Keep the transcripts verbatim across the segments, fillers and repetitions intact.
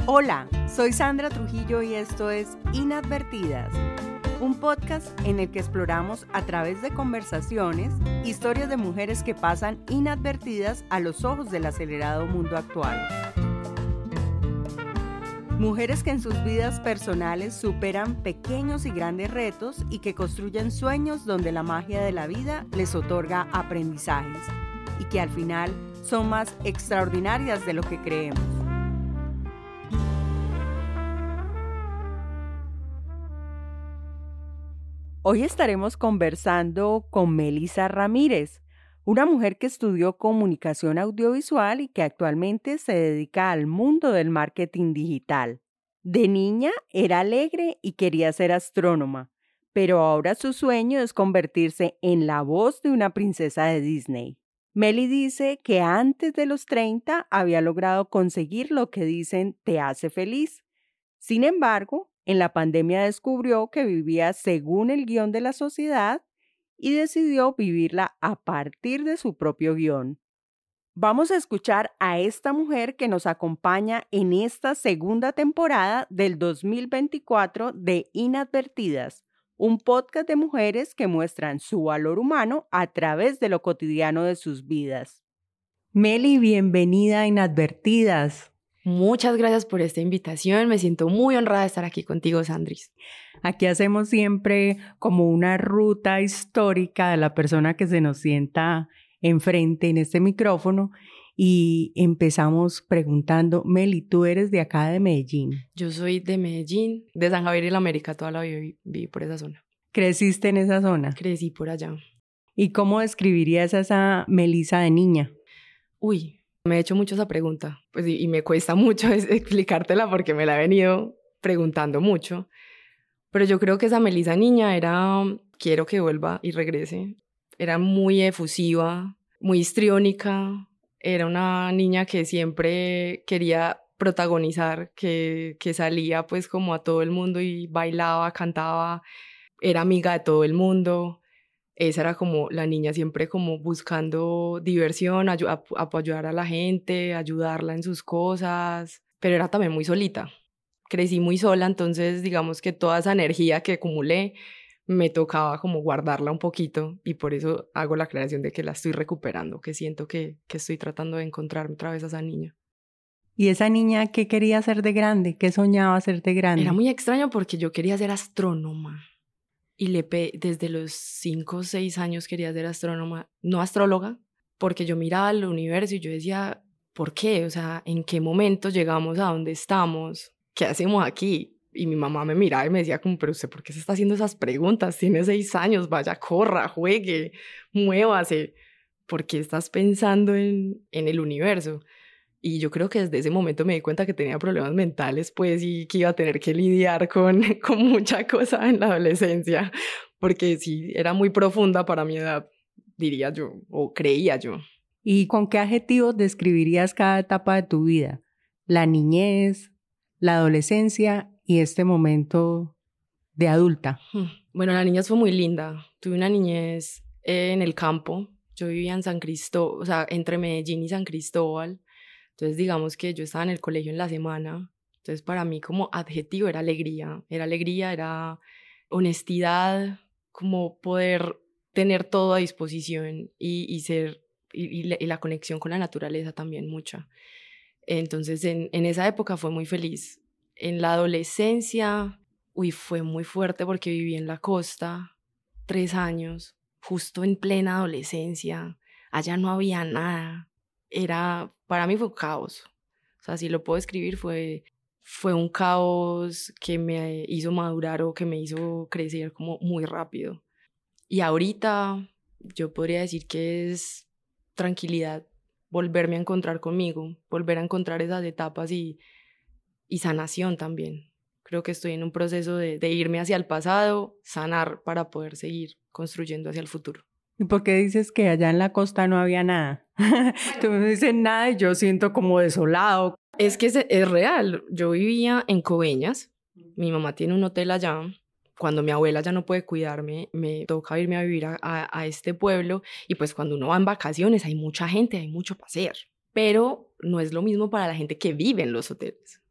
Hola, soy Sandra Trujillo y esto es Inadvertidas, un podcast en el que exploramos a través de conversaciones historias de mujeres que pasan inadvertidas a los ojos del acelerado mundo actual. Mujeres que en sus vidas personales superan pequeños y grandes retos y que construyen sueños donde la magia de la vida les otorga aprendizajes y que al final son más extraordinarias de lo que creemos. Hoy estaremos conversando con Melissa Ramírez, una mujer que estudió comunicación audiovisual y que actualmente se dedica al mundo del marketing digital. De niña era alegre y quería ser astrónoma, pero ahora su sueño es convertirse en la voz de una princesa de Disney. Meli dice que antes de los treinta había logrado conseguir lo que dicen te hace feliz. Sin embargo, en la pandemia descubrió que vivía según el guión de la sociedad y decidió vivirla a partir de su propio guión. Vamos a escuchar a esta mujer que nos acompaña en esta segunda temporada del dos mil veinticuatro de Inadvertidas, un podcast de mujeres que muestran su valor humano a través de lo cotidiano de sus vidas. Meli, bienvenida a Inadvertidas. Muchas gracias por esta invitación. Me siento muy honrada de estar aquí contigo, Sandris. Aquí hacemos siempre como una ruta histórica de la persona que se nos sienta enfrente en este micrófono y empezamos preguntando, Meli, ¿tú eres de acá de Medellín? Yo soy de Medellín, de San Javier y la América, toda la vida viví, viví por esa zona. ¿Creciste en esa zona? Crecí por allá. ¿Y cómo describirías a esa Melissa de niña? Uy... Me he hecho mucho esa pregunta, pues, y, y me cuesta mucho explicártela porque me la he venido preguntando mucho. Pero yo creo que esa Melissa niña era, quiero que vuelva y regrese. Era muy efusiva, muy histriónica. Era una niña que siempre quería protagonizar, que, que salía pues como a todo el mundo y bailaba, cantaba. Era amiga de todo el mundo. Esa era como la niña siempre como buscando diversión, ayu- a, a ayudar a la gente, ayudarla en sus cosas, pero era también muy solita. Crecí muy sola, entonces digamos que toda esa energía que acumulé me tocaba como guardarla un poquito y por eso hago la aclaración de que la estoy recuperando, que siento que, que estoy tratando de encontrarme otra vez a esa niña. ¿Y esa niña qué quería ser de grande? ¿Qué soñaba ser de grande? Era muy extraño porque yo quería ser astrónoma. Y le pe- desde los cinco o seis años quería ser astrónoma, no astróloga, porque yo miraba el universo y yo decía, ¿por qué? O sea, ¿en qué momento llegamos a donde estamos? ¿Qué hacemos aquí? Y mi mamá me miraba y me decía como, pero usted, ¿por qué se está haciendo esas preguntas? Tiene seis años, vaya, corra, juegue, muévase. ¿Por qué estás pensando en, en el universo? Y yo creo que desde ese momento me di cuenta que tenía problemas mentales, pues, y que iba a tener que lidiar con, con mucha cosa en la adolescencia, porque sí, era muy profunda para mi edad, diría yo, o creía yo. ¿Y con qué adjetivos describirías cada etapa de tu vida? La niñez, la adolescencia y este momento de adulta. Bueno, la niñez fue muy linda. Tuve una niñez en el campo. Yo vivía en San Cristóbal, o sea, entre Medellín y San Cristóbal. Entonces, digamos que yo estaba en el colegio en la semana. Entonces, para mí como adjetivo era alegría. Era alegría, era honestidad, como poder tener todo a disposición y, y ser, y, y, la, y la conexión con la naturaleza también mucha. Entonces, en, en esa época fue muy feliz. En la adolescencia, uy, fue muy fuerte porque viví en la costa tres años, justo en plena adolescencia. Allá no había nada. Era, para mí fue un caos. O sea, si lo puedo escribir, fue, fue un caos que me hizo madurar o que me hizo crecer como muy rápido. Y ahorita yo podría decir que es tranquilidad, volverme a encontrar conmigo, volver a encontrar esas etapas y, y sanación también. Creo que estoy en un proceso de, de irme hacia el pasado, sanar para poder seguir construyendo hacia el futuro. ¿Y por qué dices que allá en la costa no había nada? Tú me dices nada y yo siento como desolado. Es que es, es real. Yo vivía en Coveñas. Mi mamá tiene un hotel allá. Cuando mi abuela ya no puede cuidarme, me toca irme a vivir a, a, a este pueblo. Y pues cuando uno va en vacaciones hay mucha gente, hay mucho para hacer. Pero no es lo mismo para la gente que vive en los hoteles.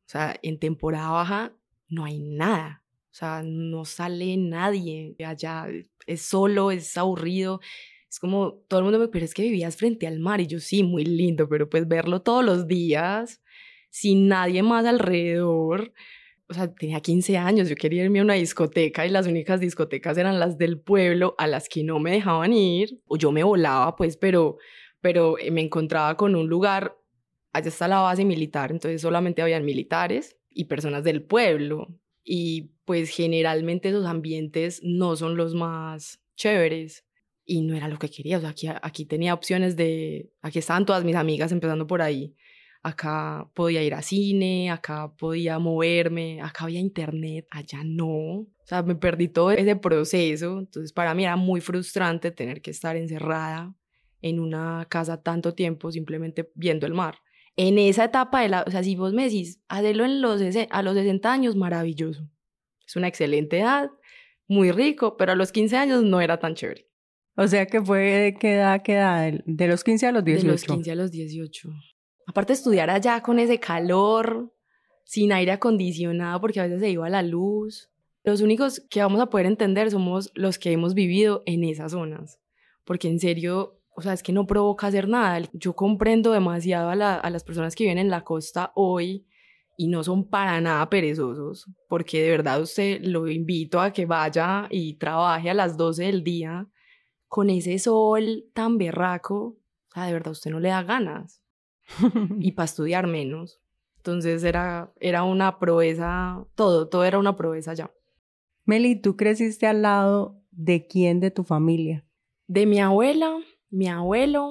O sea, en temporada baja no hay nada. O sea, no sale nadie. Allá es solo, es aburrido. Es como, todo el mundo me, pero es que vivías frente al mar. Y yo, sí, muy lindo, pero pues verlo todos los días, sin nadie más alrededor. O sea, tenía quince años, yo quería irme a una discoteca y las únicas discotecas eran las del pueblo a las que no me dejaban ir. O yo me volaba, pues, pero, pero me encontraba con un lugar, allá está la base militar, entonces solamente habían militares y personas del pueblo. Y pues generalmente esos ambientes no son los más chéveres. Y no era lo que quería, o sea, aquí, aquí tenía opciones de, aquí estaban todas mis amigas empezando por ahí, acá podía ir a cine, acá podía moverme, acá había internet, allá no, o sea, me perdí todo ese proceso, entonces para mí era muy frustrante tener que estar encerrada en una casa tanto tiempo simplemente viendo el mar. En esa etapa de la, o sea, si vos me decís, hacerlo en los, a los sesenta años, maravilloso, es una excelente edad, muy rico, pero a los quince años no era tan chévere. O sea que fue de qué edad, a qué edad, de los quince a los dieciocho. De los quince a los dieciocho. Aparte estudiar allá con ese calor, sin aire acondicionado porque a veces se iba la luz. Los únicos que vamos a poder entender somos los que hemos vivido en esas zonas. Porque en serio, o sea, es que no provoca hacer nada. Yo comprendo demasiado a, la, a las personas que viven en la costa hoy y no son para nada perezosos. Porque de verdad usted lo invito a que vaya y trabaje a las doce del día con ese sol tan berraco, o sea, de verdad usted no le da ganas. Y para estudiar menos. Entonces era, era una proeza, todo, todo era una proeza ya. Meli, ¿tú creciste al lado de quién de tu familia? De mi abuela, mi abuelo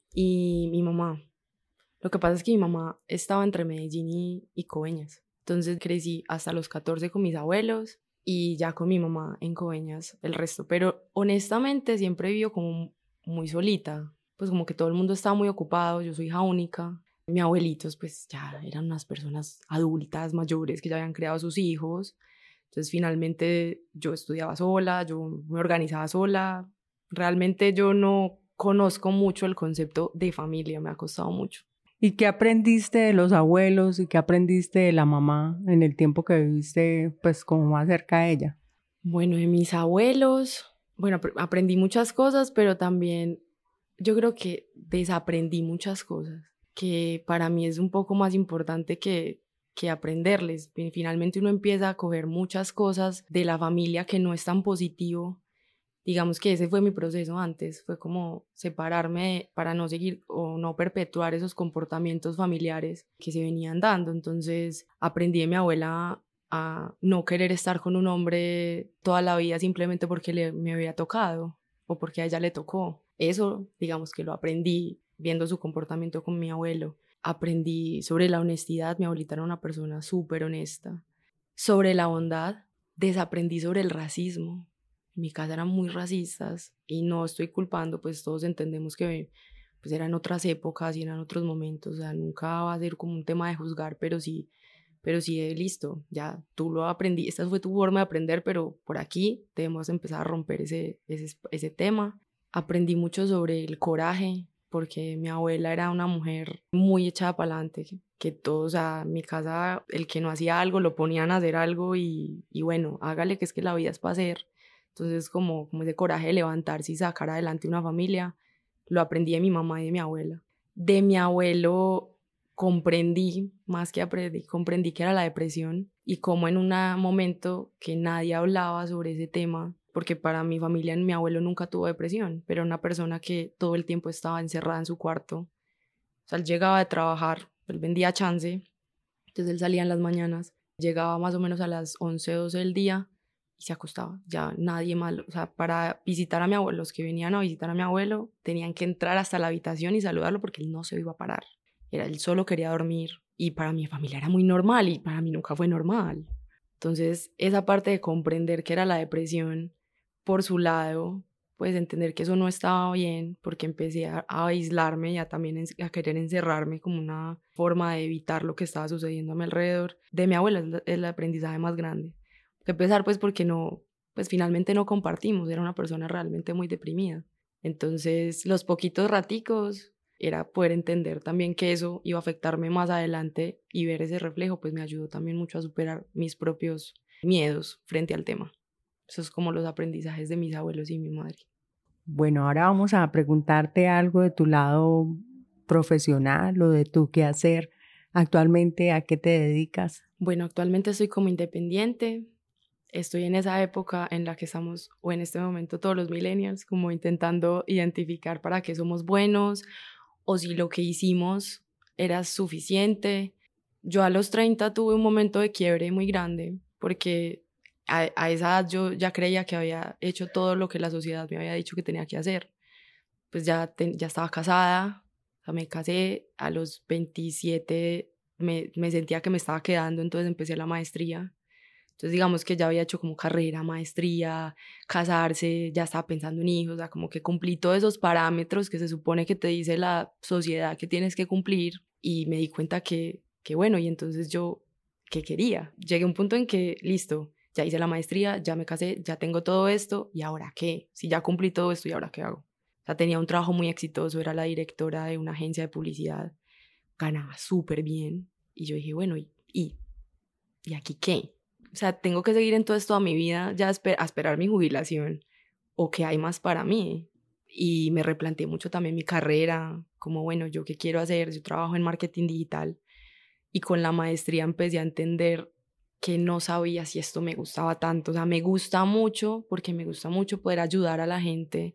y mi mamá. Lo que pasa es que mi mamá estaba entre Medellín y, y Coveñas. Entonces crecí hasta los catorce con mis abuelos y ya con mi mamá en Coveñas el resto. Pero honestamente siempre vivo como muy solita. Pues como que todo el mundo estaba muy ocupado, yo soy hija única. Mis abuelitos pues ya eran unas personas adultas, mayores, que ya habían creado a sus hijos. Entonces finalmente yo estudiaba sola, yo me organizaba sola. Realmente yo no conozco mucho el concepto de familia, me ha costado mucho. ¿Y qué aprendiste de los abuelos y qué aprendiste de la mamá en el tiempo que viviste pues como más cerca de ella? Bueno, de mis abuelos, bueno, aprendí muchas cosas, pero también yo creo que desaprendí muchas cosas, que para mí es un poco más importante que, que aprenderles. Finalmente uno empieza a coger muchas cosas de la familia que no es tan positivo. Digamos que ese fue mi proceso antes, fue como separarme para no seguir o no perpetuar esos comportamientos familiares que se venían dando. Entonces aprendí de mi abuela a no querer estar con un hombre toda la vida simplemente porque le, me había tocado o porque a ella le tocó. Eso, digamos que lo aprendí viendo su comportamiento con mi abuelo. Aprendí sobre la honestidad, mi abuelita era una persona súper honesta. Sobre la bondad, desaprendí sobre el racismo. En mi casa eran muy racistas y no estoy culpando, pues todos entendemos que pues eran otras épocas y eran otros momentos, o sea, nunca va a ser como un tema de juzgar, pero sí, pero sí, eh, listo, ya tú lo aprendí, esta fue tu forma de aprender, pero por aquí debemos empezar a romper ese, ese, ese tema. Aprendí mucho sobre el coraje, porque mi abuela era una mujer muy echada para adelante, que, que todos, o sea, en mi casa, el que no hacía algo, lo ponían a hacer algo y, y bueno, hágale que es que la vida es para hacer. Entonces, como, como ese coraje de levantarse y sacar adelante una familia, lo aprendí de mi mamá y de mi abuela. De mi abuelo comprendí, más que aprendí, comprendí que era la depresión y cómo en un momento que nadie hablaba sobre ese tema, porque para mi familia, mi abuelo nunca tuvo depresión, pero era una persona que todo el tiempo estaba encerrada en su cuarto. O sea, él llegaba de trabajar, él vendía chance, entonces él salía en las mañanas, llegaba más o menos a las once, doce del día y se acostaba, ya nadie más, o sea, para visitar a mi abuelo, los que venían a visitar a mi abuelo tenían que entrar hasta la habitación y saludarlo porque él no se iba a parar, era, él solo quería dormir y para mi familia era muy normal y para mí nunca fue normal. Entonces esa parte de comprender que era la depresión por su lado, pues entender que eso no estaba bien porque empecé a, a aislarme y a también a querer encerrarme como una forma de evitar lo que estaba sucediendo a mi alrededor. De mi abuela es el aprendizaje más grande. Que empezar pues porque no, pues finalmente no compartimos, era una persona realmente muy deprimida. Entonces los poquitos raticos era poder entender también que eso iba a afectarme más adelante y ver ese reflejo, pues me ayudó también mucho a superar mis propios miedos frente al tema. Eso es como los aprendizajes de mis abuelos y mi madre. Bueno, ahora vamos a preguntarte algo de tu lado profesional o de tu quehacer. Actualmente, ¿a qué te dedicas? Bueno, actualmente estoy como independiente. Estoy en esa época en la que estamos, o en este momento todos los millennials, como intentando identificar para qué somos buenos o si lo que hicimos era suficiente. Yo a los treinta tuve un momento de quiebre muy grande porque a, a esa edad yo ya creía que había hecho todo lo que la sociedad me había dicho que tenía que hacer. Pues ya, te, ya estaba casada, o sea, me casé a los veintisiete, me, me sentía que me estaba quedando, entonces empecé la maestría. Entonces digamos que ya había hecho como carrera, maestría, casarse, ya estaba pensando en hijos, o sea, como que cumplí todos esos parámetros que se supone que te dice la sociedad que tienes que cumplir y me di cuenta que, que bueno, y entonces yo, ¿qué quería? Llegué a un punto en que, listo, ya hice la maestría, ya me casé, ya tengo todo esto, ¿y ahora qué? Si ya cumplí todo esto, ¿y ahora qué hago? O sea, tenía un trabajo muy exitoso, era la directora de una agencia de publicidad, ganaba súper bien y yo dije, bueno, ¿y, y, ¿y aquí qué? O sea, tengo que seguir en todo esto a mi vida, ya a, esper a esperar mi jubilación, o qué hay más para mí. Y me replanteé mucho también mi carrera, como bueno, yo qué quiero hacer, yo trabajo en marketing digital y con la maestría empecé a entender que no sabía si esto me gustaba tanto. O sea, me gusta mucho porque me gusta mucho poder ayudar a la gente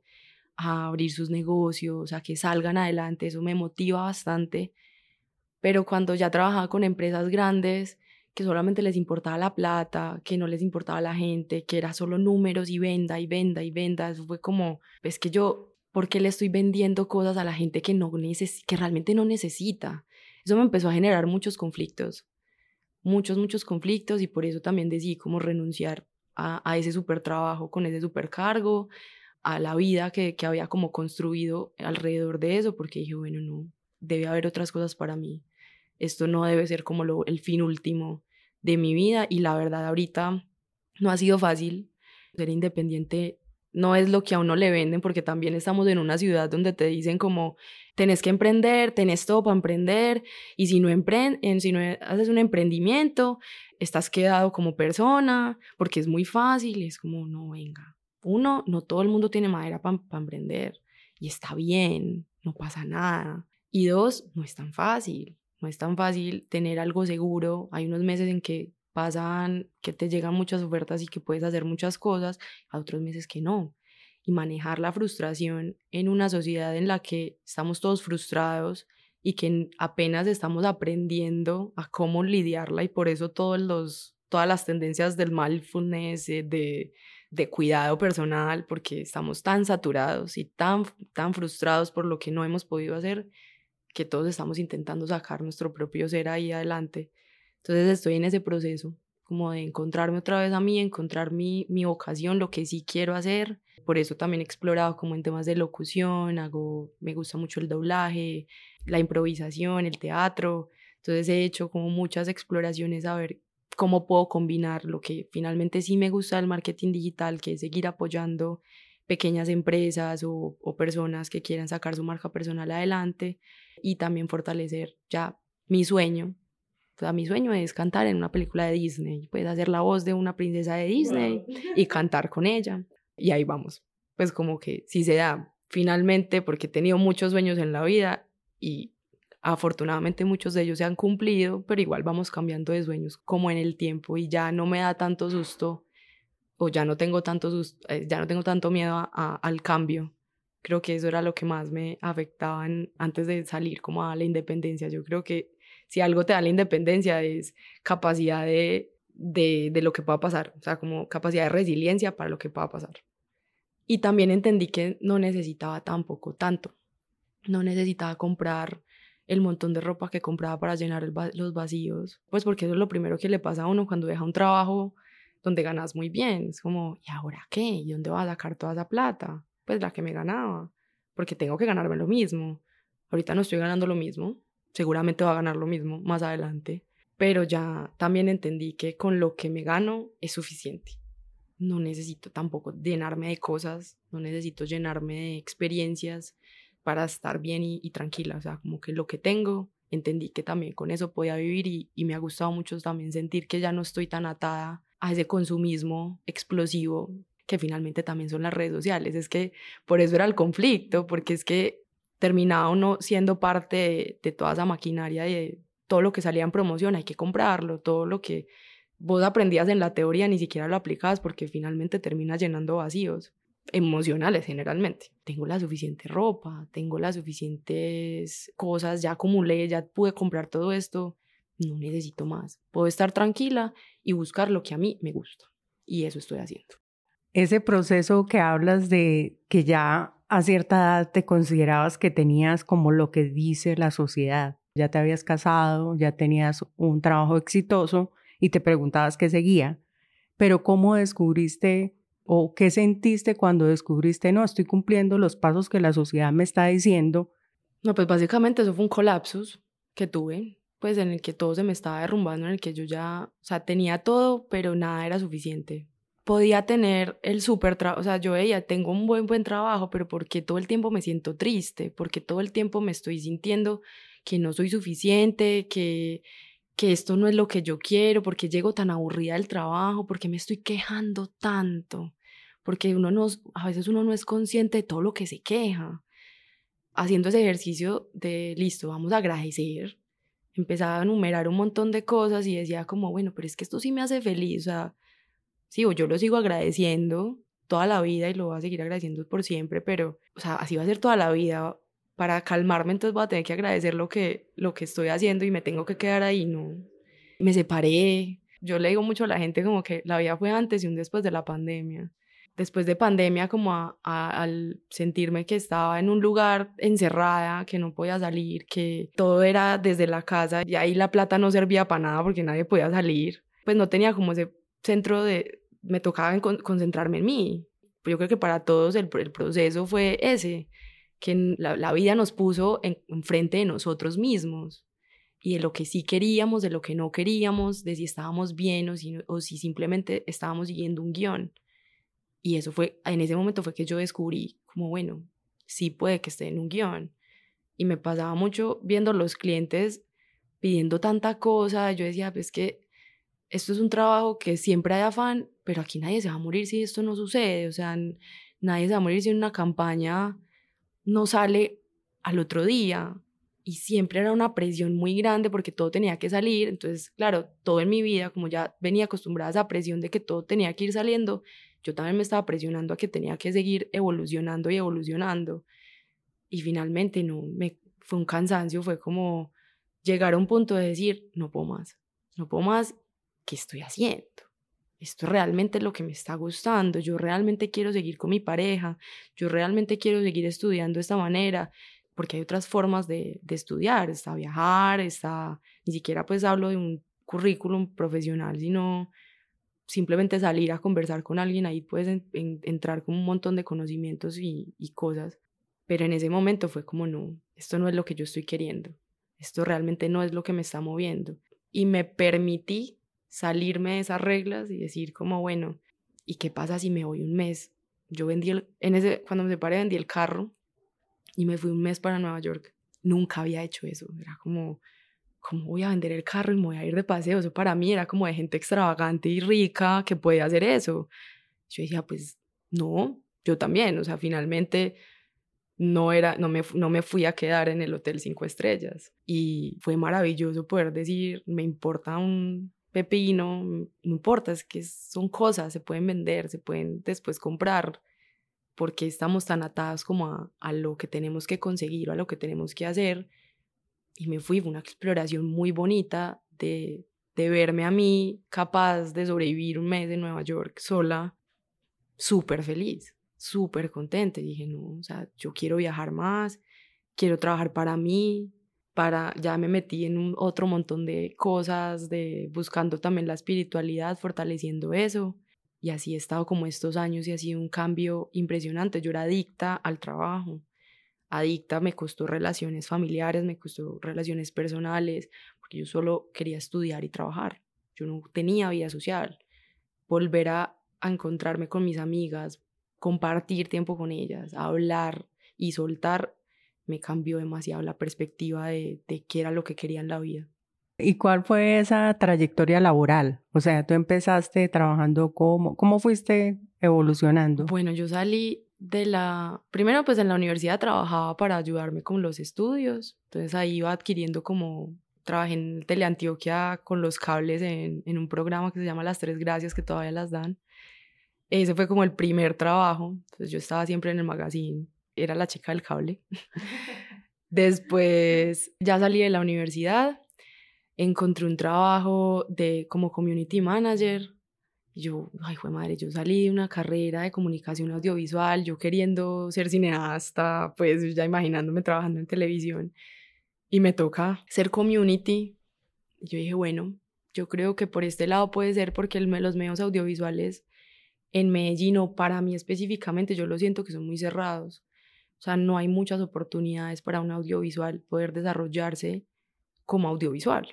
a abrir sus negocios, a que salgan adelante, eso me motiva bastante. Pero cuando ya trabajaba con empresas grandes, que solamente les importaba la plata, que no les importaba la gente, que era solo números y venda y venda y venda, eso fue como, es que yo, ¿por qué le estoy vendiendo cosas a la gente que, no neces que realmente no necesita? Eso me empezó a generar muchos conflictos, muchos, muchos conflictos y por eso también decidí como renunciar a, a ese super trabajo con ese super cargo, a la vida que, que había como construido alrededor de eso, porque dije, bueno, no, debe haber otras cosas para mí. Esto no debe ser como lo, el fin último de mi vida y la verdad ahorita no ha sido fácil. Ser independiente no es lo que a uno le venden porque también estamos en una ciudad donde te dicen como tenés que emprender, tenés todo para emprender y si no, empren si no haces un emprendimiento estás quedado como persona porque es muy fácil. Es como no, venga, uno, no todo el mundo tiene madera para pa emprender y está bien, no pasa nada. Y dos, no es tan fácil. No es tan fácil tener algo seguro. Hay unos meses en que pasan, que te llegan muchas ofertas y que puedes hacer muchas cosas, a otros meses que no. Y manejar la frustración en una sociedad en la que estamos todos frustrados y que apenas estamos aprendiendo a cómo lidiarla y por eso todos los, todas las tendencias del mindfulness, de, de cuidado personal, porque estamos tan saturados y tan, tan frustrados por lo que no hemos podido hacer, que todos estamos intentando sacar nuestro propio ser ahí adelante. Entonces estoy en ese proceso, como de encontrarme otra vez a mí, encontrar mi, mi vocación, lo que sí quiero hacer. Por eso también he explorado como en temas de locución, hago, me gusta mucho el doblaje, la improvisación, el teatro. Entonces he hecho como muchas exploraciones a ver cómo puedo combinar lo que finalmente sí me gusta del marketing digital, que es seguir apoyando pequeñas empresas o, o personas que quieran sacar su marca personal adelante y también fortalecer ya mi sueño. O sea, mi sueño es cantar en una película de Disney, puedes hacer la voz de una princesa de Disney y cantar con ella. Y ahí vamos. Pues como que sí se da finalmente porque he tenido muchos sueños en la vida y afortunadamente muchos de ellos se han cumplido, pero igual vamos cambiando de sueños como en el tiempo y ya no me da tanto susto o ya no tengo tanto susto, eh, ya no tengo tanto miedo a, a, al cambio. Creo que eso era lo que más me afectaba en, antes de salir como a la independencia. Yo creo que si algo te da la independencia es capacidad de, de, de lo que pueda pasar, o sea, como capacidad de resiliencia para lo que pueda pasar. Y también entendí que no necesitaba tampoco tanto, no necesitaba comprar el montón de ropa que compraba para llenar el va los vacíos, pues porque eso es lo primero que le pasa a uno cuando deja un trabajo donde ganas muy bien. Es como, ¿y ahora qué? ¿Y dónde vas a sacar toda esa plata? Pues la que me ganaba, porque tengo que ganarme lo mismo. Ahorita no estoy ganando lo mismo, seguramente va a ganar lo mismo más adelante, pero ya también entendí que con lo que me gano es suficiente. No necesito tampoco llenarme de cosas, no necesito llenarme de experiencias, para estar bien y, y tranquila, o sea, como que lo que tengo, entendí que también con eso podía vivir y, y me ha gustado mucho también sentir que ya no estoy tan atada a ese consumismo explosivo que finalmente también son las redes sociales. Es que por eso era el conflicto, porque es que terminaba uno siendo parte de, de toda esa maquinaria, de todo lo que salía en promoción, hay que comprarlo, todo lo que vos aprendías en la teoría ni siquiera lo aplicabas porque finalmente terminas llenando vacíos emocionales generalmente. Tengo la suficiente ropa, tengo las suficientes cosas, ya acumulé, ya pude comprar todo esto, no necesito más. Puedo estar tranquila y buscar lo que a mí me gusta. Y eso estoy haciendo. Ese proceso que hablas de que ya a cierta edad te considerabas que tenías como lo que dice la sociedad, ya te habías casado, ya tenías un trabajo exitoso y te preguntabas qué seguía, pero ¿cómo descubriste o qué sentiste cuando descubriste, no, estoy cumpliendo los pasos que la sociedad me está diciendo? No, pues básicamente eso fue un colapsus que tuve, pues en el que todo se me estaba derrumbando, en el que yo ya, o sea, tenía todo, pero nada era suficiente. Podía tener el súper trabajo, o sea, yo veía, tengo un buen, buen trabajo, pero porque todo el tiempo me siento triste, porque todo el tiempo me estoy sintiendo que no soy suficiente, que, que esto no es lo que yo quiero, porque llego tan aburrida del trabajo, porque me estoy quejando tanto, porque uno no, a veces uno no es consciente de todo lo que se queja. Haciendo ese ejercicio de, listo, vamos a agradecer, empezaba a enumerar un montón de cosas y decía como, bueno, pero es que esto sí me hace feliz, o sea, sí, o yo lo sigo agradeciendo toda la vida y lo voy a seguir agradeciendo por siempre, pero, o sea, así va a ser toda la vida. Para calmarme, entonces voy a tener que agradecer lo que, lo que estoy haciendo y me tengo que quedar ahí, ¿no? Me separé. Yo le digo mucho a la gente como que la vida fue antes y un después de la pandemia. Después de pandemia, como a, a, al sentirme que estaba en un lugar encerrada, que no podía salir, que todo era desde la casa y ahí la plata no servía para nada porque nadie podía salir, pues no tenía como ese centro de, me tocaba en con, concentrarme en mí. Pues yo creo que para todos el, el proceso fue ese, que la, la vida nos puso en, enfrente de nosotros mismos y de lo que sí queríamos, de lo que no queríamos, de si estábamos bien o si, o si simplemente estábamos siguiendo un guión. Y eso fue, en ese momento fue que yo descubrí como, bueno, sí puede que esté en un guión. Y me pasaba mucho viendo los clientes pidiendo tanta cosa. Yo decía, pues que esto es un trabajo que siempre hay afán, pero aquí nadie se va a morir si esto no sucede. O sea, nadie se va a morir si una campaña no sale al otro día. Y siempre era una presión muy grande porque todo tenía que salir. Entonces, claro, todo en mi vida, como ya venía acostumbrada a esa presión de que todo tenía que ir saliendo, yo también me estaba presionando a que tenía que seguir evolucionando y evolucionando. Y finalmente no, me, fue un cansancio, fue como llegar a un punto de decir, no puedo más, no puedo más, ¿qué estoy haciendo? Esto realmente es lo que me está gustando, yo realmente quiero seguir con mi pareja, yo realmente quiero seguir estudiando de esta manera, porque hay otras formas de, de estudiar, está viajar, está, ni siquiera pues hablo de un currículum profesional, sino simplemente salir a conversar con alguien, ahí puedes en, en, entrar con un montón de conocimientos y, y cosas, pero en ese momento fue como, no, esto no es lo que yo estoy queriendo, esto realmente no es lo que me está moviendo, y me permití salirme de esas reglas y decir como, bueno, ¿y qué pasa si me voy un mes? Yo vendí, el, en ese, cuando me separé vendí el carro y me fui un mes para Nueva York, nunca había hecho eso, era como, ¿cómo voy a vender el carro y me voy a ir de paseo? Eso para mí era como de gente extravagante y rica que puede hacer eso. Yo decía, pues no, yo también, o sea, finalmente no, era, no, me, no me fui a quedar en el hotel cinco estrellas. Y fue maravilloso poder decir, me importa un pepino, no importa, es que son cosas, se pueden vender, se pueden después comprar. ¿Por qué estamos tan atados como a, a lo que tenemos que conseguir o a lo que tenemos que hacer? Y me fui, fue una exploración muy bonita de, de verme a mí capaz de sobrevivir un mes en Nueva York sola, súper feliz, súper contenta. Y dije, no, o sea, yo quiero viajar más, quiero trabajar para mí, para, ya me metí en un otro montón de cosas, de buscando también la espiritualidad, fortaleciendo eso. Y así he estado como estos años y ha sido un cambio impresionante. Yo era adicta al trabajo. Adicta, me costó relaciones familiares, me costó relaciones personales, porque yo solo quería estudiar y trabajar. Yo no tenía vida social. Volver a, a encontrarme con mis amigas, compartir tiempo con ellas, hablar y soltar, me cambió demasiado la perspectiva de, de qué era lo que quería en la vida. ¿Y cuál fue esa trayectoria laboral? O sea, tú empezaste trabajando como, ¿cómo fuiste evolucionando? Bueno, yo salí de la, primero pues en la universidad trabajaba para ayudarme con los estudios, entonces ahí iba adquiriendo como, trabajé en Teleantioquia con los cables en, en un programa que se llama Las Tres Gracias, que todavía las dan. Ese fue como el primer trabajo, entonces yo estaba siempre en el magazine, era la chica del cable. Después ya salí de la universidad, encontré un trabajo de, como community manager. Y yo, ay, jue madre, yo salí de una carrera de comunicación audiovisual, yo queriendo ser cineasta, pues ya imaginándome trabajando en televisión, y me toca ser community. Y yo dije, bueno, yo creo que por este lado puede ser, porque el, los medios audiovisuales en Medellín, o para mí específicamente, yo lo siento que son muy cerrados. O sea, no hay muchas oportunidades para un audiovisual poder desarrollarse como audiovisual.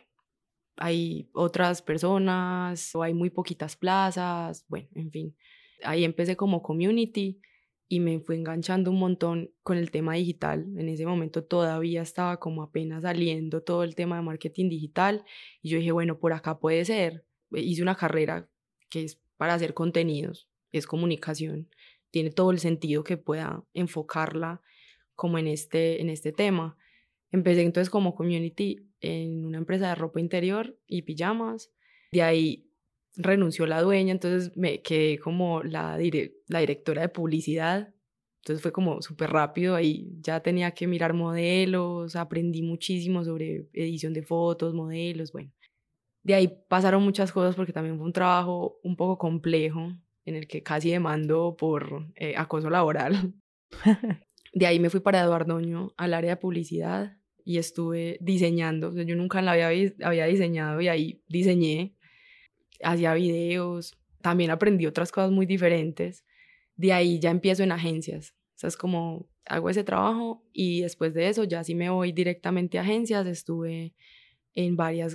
Hay otras personas o hay muy poquitas plazas, bueno, en fin. Ahí empecé como community y me fui enganchando un montón con el tema digital. En ese momento todavía estaba como apenas saliendo todo el tema de marketing digital y yo dije, bueno, por acá puede ser. Hice una carrera que es para hacer contenidos, es comunicación, tiene todo el sentido que pueda enfocarla como en este, en este tema. Empecé entonces como community en una empresa de ropa interior y pijamas. De ahí renunció la dueña, entonces me quedé como la, dire la directora de publicidad. Entonces fue como súper rápido, ahí ya tenía que mirar modelos, aprendí muchísimo sobre edición de fotos, modelos, bueno. De ahí pasaron muchas cosas porque también fue un trabajo un poco complejo en el que casi demandó por eh, acoso laboral. De ahí me fui para Eduardoño al área de publicidad y estuve diseñando. O sea, yo nunca la había, había diseñado y ahí diseñé, hacía videos, también aprendí otras cosas muy diferentes. De ahí ya empiezo en agencias. O sea, es como hago ese trabajo y después de eso ya sí me voy directamente a agencias. Estuve en varias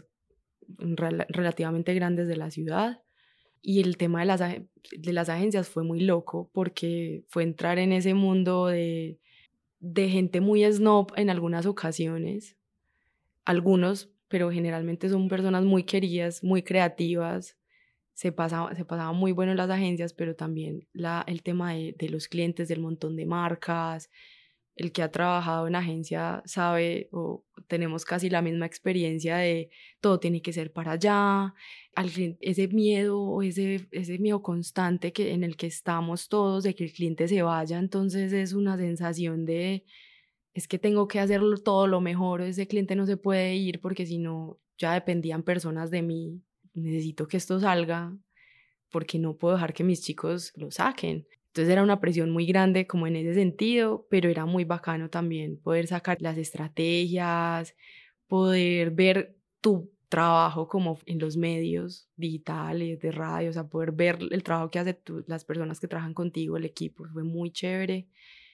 rel relativamente grandes de la ciudad. Y el tema de las, de las agencias fue muy loco porque fue entrar en ese mundo de de gente muy snob en algunas ocasiones, algunos, pero generalmente son personas muy queridas, muy creativas, se pasaba, se pasaba muy bueno en las agencias, pero también la, el tema de, de los clientes, del montón de marcas, el que ha trabajado en agencia sabe o tenemos casi la misma experiencia de todo tiene que ser para allá, al cliente, ese miedo o ese, ese miedo constante que, en el que estamos todos de que el cliente se vaya, entonces es una sensación de es que tengo que hacerlo todo lo mejor, ese cliente no se puede ir porque si no ya dependían personas de mí, necesito que esto salga porque no puedo dejar que mis chicos lo saquen. Entonces era una presión muy grande como en ese sentido, pero era muy bacano también poder sacar las estrategias, poder ver tu trabajo como en los medios digitales, de radio, o sea, poder ver el trabajo que hacen las personas que trabajan contigo, el equipo, fue muy chévere.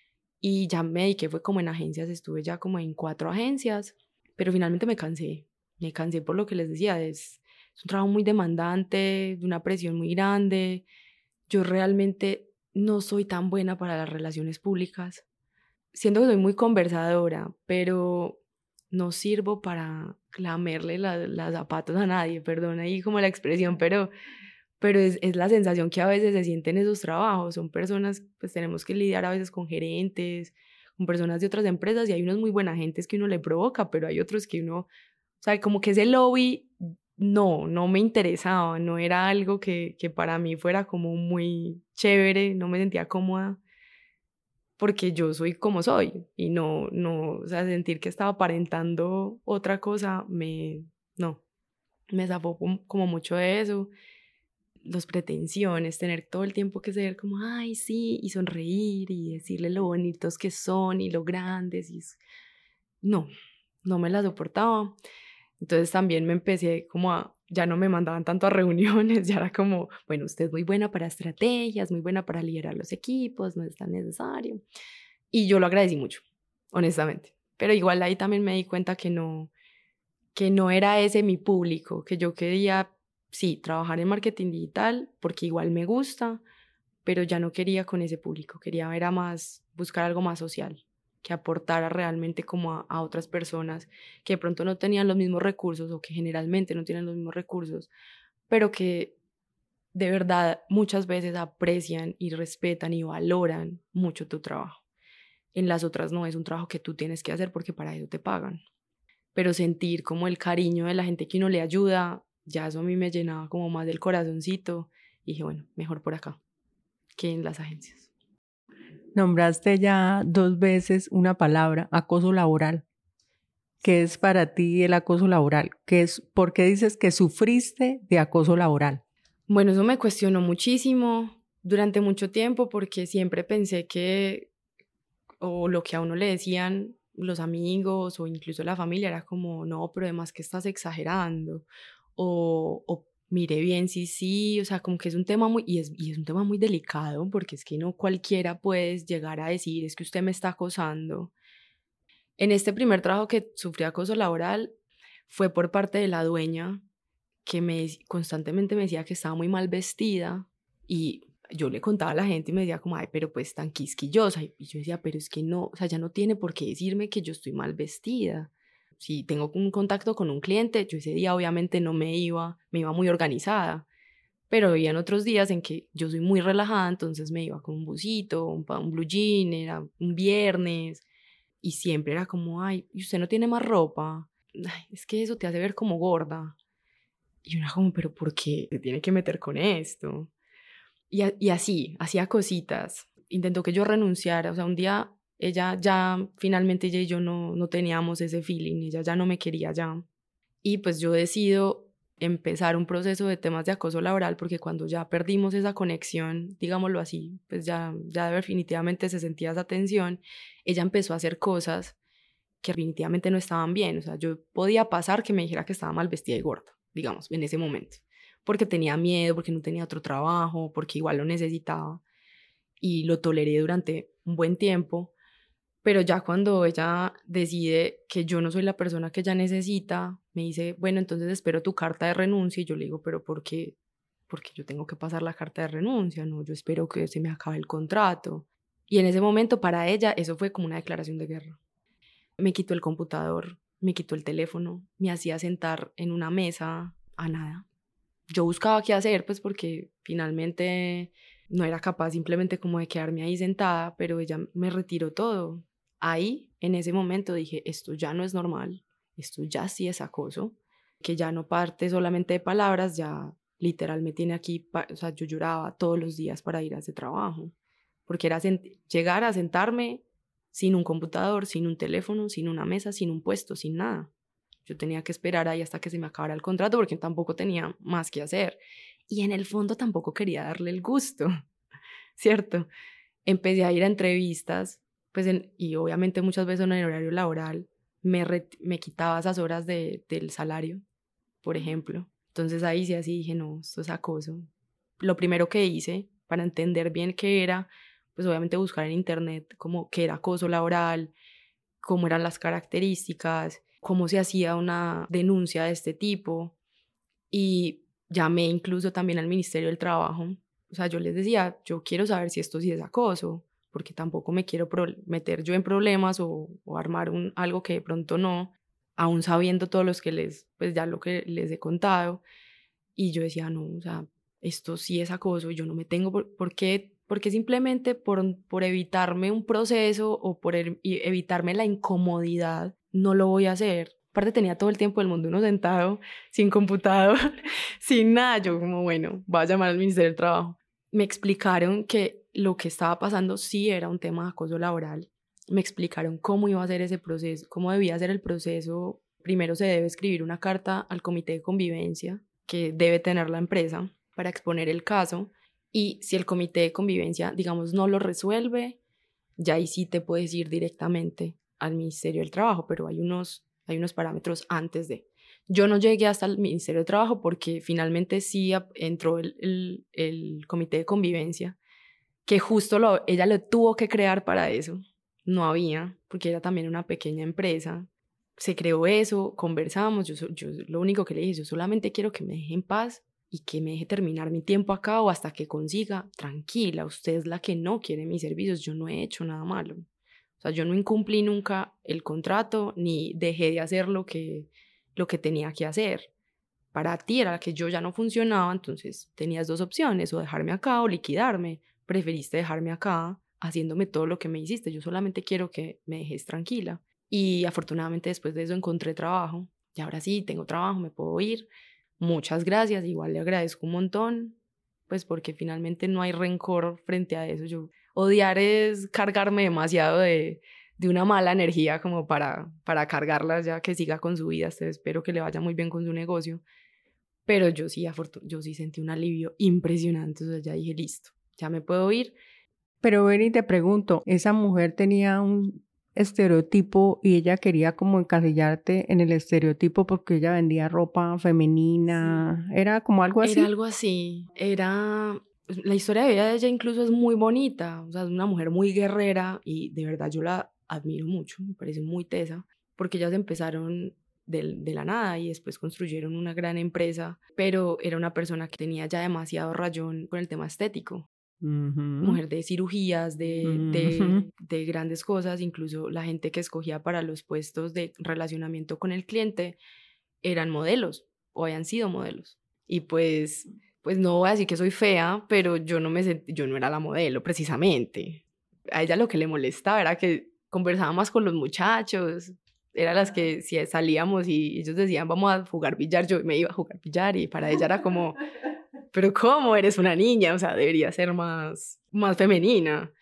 Y ya me dediqué, fue como en agencias, estuve ya como en cuatro agencias, pero finalmente me cansé, me cansé por lo que les decía, es, es un trabajo muy demandante, de una presión muy grande. Yo realmente no soy tan buena para las relaciones públicas. Siento que soy muy conversadora, pero no sirvo para lamerle la, las zapatos a nadie, perdón ahí como la expresión, pero, pero es, es la sensación que a veces se siente en esos trabajos. Son personas, pues tenemos que lidiar a veces con gerentes, con personas de otras empresas y hay unos muy buenas gentes que uno le provoca, pero hay otros que uno, o sea, como que ese lobby no, no me interesaba, no era algo que, que para mí fuera como muy chévere, no me sentía cómoda porque yo soy como soy y no, no, o sea, sentir que estaba aparentando otra cosa, me, no, me zafó como como mucho de eso, los pretensiones, tener todo el tiempo que ser como, ay, sí, y sonreír y decirle lo bonitos que son y lo grandes y es- no, no me la soportaba. Entonces también me empecé como a, ya no me mandaban tanto a reuniones, ya era como, bueno, usted es muy buena para estrategias, muy buena para liderar los equipos, no es tan necesario. Y yo lo agradecí mucho, honestamente. Pero igual ahí también me di cuenta que no, que no era ese mi público, que yo quería, sí, trabajar en marketing digital porque igual me gusta, pero ya no quería con ese público, quería era más, buscar algo más social. que aportara realmente como a, a otras personas que de pronto no tenían los mismos recursos o que generalmente no tienen los mismos recursos, pero que de verdad muchas veces aprecian y respetan y valoran mucho tu trabajo. En las otras no, es un trabajo que tú tienes que hacer porque para eso te pagan. Pero sentir como el cariño de la gente que uno le ayuda, ya eso a mí me llenaba como más del corazoncito. Y dije, bueno, mejor por acá que en las agencias. Nombraste ya dos veces una palabra, acoso laboral. ¿Qué es para ti el acoso laboral? ¿Qué es, ¿Por qué dices que sufriste de acoso laboral? Bueno, eso me cuestionó muchísimo durante mucho tiempo porque siempre pensé que, o lo que a uno le decían los amigos o incluso la familia era como, no, pero además que estás exagerando, o, o mire bien, sí, sí, o sea, como que es un tema muy, y es, y es un tema muy delicado porque es que no cualquiera puede llegar a decir, es que usted me está acosando. En este primer trabajo que sufrí acoso laboral fue por parte de la dueña que me constantemente me decía que estaba muy mal vestida y yo le contaba a la gente y me decía como, ay, pero pues tan quisquillosa. Y yo decía, pero es que no, o sea, ya no tiene por qué decirme que yo estoy mal vestida. Si tengo un contacto con un cliente, yo ese día obviamente no me iba, me iba muy organizada. Pero habían otros días en que yo soy muy relajada, entonces me iba con un busito, un, un blue jean, era un viernes, y siempre era como, ay, ¿y usted no tiene más ropa? Ay, es que eso te hace ver como gorda. Y una como, pero ¿por qué se tiene que meter con esto? Y, a, y así, hacía cositas. Intentó que yo renunciara. O sea, un día ella ya, finalmente ella y yo no, no teníamos ese feeling. Ella ya no me quería ya. Y pues yo decido empezar un proceso de temas de acoso laboral porque cuando ya perdimos esa conexión, digámoslo así, pues ya, ya definitivamente se sentía esa tensión, ella empezó a hacer cosas que definitivamente no estaban bien. O sea, yo podía pasar que me dijera que estaba mal vestida y gorda, digamos, en ese momento, porque tenía miedo, porque no tenía otro trabajo, porque igual lo necesitaba y lo toleré durante un buen tiempo, pero ya cuando ella decide que yo no soy la persona que ella necesita, me dice, bueno, entonces espero tu carta de renuncia y yo le digo, pero ¿por qué? Porque yo tengo que pasar la carta de renuncia, no, yo espero que se me acabe el contrato. Y en ese momento para ella eso fue como una declaración de guerra. Me quitó el computador, me quitó el teléfono, me hacía sentar en una mesa a nada. Yo buscaba qué hacer, pues porque finalmente no era capaz simplemente como de quedarme ahí sentada, pero ella me retiró todo. Ahí, en ese momento dije, esto ya no es normal, esto ya sí es acoso, que ya no parte solamente de palabras, ya literal me tiene aquí, o sea, yo lloraba todos los días para ir a ese trabajo, porque era llegar a sentarme sin un computador, sin un teléfono, sin una mesa, sin un puesto, sin nada. Yo tenía que esperar ahí hasta que se me acabara el contrato porque tampoco tenía más que hacer. Y en el fondo tampoco quería darle el gusto, ¿cierto? Empecé a ir a entrevistas, pues en, y obviamente muchas veces en el horario laboral me, re, me quitaba esas horas de, del salario, por ejemplo. Entonces ahí sí así dije, no, esto es acoso. Lo primero que hice para entender bien qué era, pues obviamente buscar en internet como qué era acoso laboral, cómo eran las características, cómo se hacía una denuncia de este tipo, y llamé incluso también al Ministerio del Trabajo. O sea, yo les decía, yo quiero saber si esto sí es acoso, porque tampoco me quiero meter yo en problemas o, o armar un, algo que de pronto no, aún sabiendo todos los que les, pues ya lo que les he contado. Y yo decía, no, o sea, esto sí es acoso, yo no me tengo por, por qué, porque simplemente por, por evitarme un proceso o por el, evitarme la incomodidad, no lo voy a hacer. Aparte tenía todo el tiempo del mundo uno sentado, sin computador, sin nada. Yo como, bueno, voy a llamar al Ministerio del Trabajo. Me explicaron que lo que estaba pasando sí era un tema de acoso laboral. Me explicaron cómo iba a ser ese proceso, cómo debía ser el proceso. Primero se debe escribir una carta al comité de convivencia que debe tener la empresa para exponer el caso, y si el comité de convivencia, digamos, no lo resuelve, ya ahí sí te puedes ir directamente al Ministerio del Trabajo, pero hay unos, hay unos parámetros antes de. Yo no llegué hasta el Ministerio del Trabajo porque finalmente sí entró el, el, el comité de convivencia, que justo lo, ella lo tuvo que crear para eso. No había, porque era también una pequeña empresa. Se creó eso, conversamos, yo, yo lo único que le dije, yo solamente quiero que me deje en paz y que me deje terminar mi tiempo acá o hasta que consiga, tranquila, usted es la que no quiere mis servicios, yo no he hecho nada malo. O O sea, yo no incumplí nunca el contrato ni dejé de hacer lo que, lo que tenía que hacer. Para ti era que yo ya no funcionaba, entonces tenías dos opciones, o dejarme acá o liquidarme. Preferiste dejarme acá haciéndome todo lo que me hiciste. Yo solamente quiero que me dejes tranquila. Y afortunadamente después de eso encontré trabajo. Y ahora sí, tengo trabajo, me puedo ir. Muchas gracias, igual le agradezco un montón, pues porque finalmente no hay rencor frente a eso. Yo odiar es cargarme demasiado de, de una mala energía como para, para cargarla ya que siga con su vida. Espero que le vaya muy bien con su negocio. Pero yo sí, afortun- yo sí sentí un alivio impresionante. O sea, ya dije, listo, ya me puedo ir. Pero ven y te pregunto, ¿esa mujer tenía un estereotipo y ella quería como encasillarte en el estereotipo porque ella vendía ropa femenina? Sí. ¿Era como algo Era así? algo así, era... La historia de vida de ella incluso es muy bonita, o sea, es una mujer muy guerrera y de verdad yo la admiro mucho, me parece muy tesa, porque ellas empezaron de, de la nada y después construyeron una gran empresa, pero era una persona que tenía ya demasiado rayón con el tema estético. Ujú, Mujer de cirugías, de, ujú. de, de grandes cosas, incluso la gente que escogía para los puestos de relacionamiento con el cliente eran modelos o habían sido modelos. Y pues, pues no voy a decir que soy fea, pero yo no me sentí, yo no era la modelo precisamente. A ella lo que le molestaba era que conversaba más con los muchachos, eran las que si salíamos y ellos decían vamos a jugar billar, yo me iba a jugar billar y para ella era como, pero ¿cómo? Eres una niña, o sea, debería ser más, más femenina.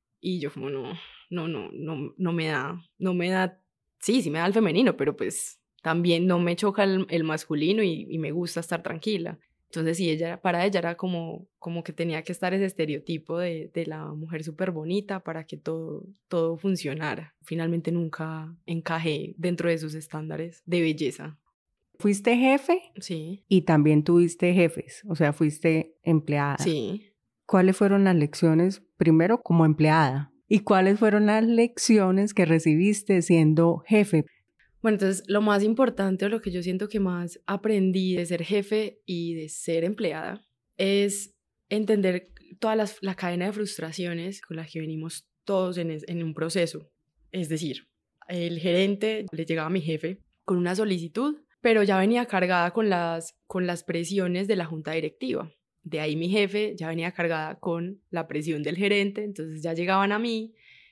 Y yo como, no, no, no, no, no me da, no me da, sí, sí me da el femenino, pero pues también no me choca el, el masculino y, y me gusta estar tranquila. Entonces sí, ella, para ella era como, como que tenía que estar ese estereotipo de, de la mujer súper bonita para que todo, todo funcionara. Finalmente nunca encajé dentro de sus estándares de belleza. Fuiste jefe Sí, y también tuviste jefes, o sea, fuiste empleada. sí. ¿Cuáles fueron las lecciones, primero como empleada? ¿Y cuáles fueron las lecciones que recibiste siendo jefe? Bueno, entonces lo más importante o lo que yo siento que más aprendí de ser jefe y de ser empleada es entender toda las- la cadena de frustraciones con las que venimos todos en, es- en un proceso. Es decir, el gerente le llegaba a mi jefe con una solicitud, pero ya venía cargada con las, con las presiones de la junta directiva. De ahí mi jefe ya venía cargada con la presión del gerente, entonces ya llegaban a mí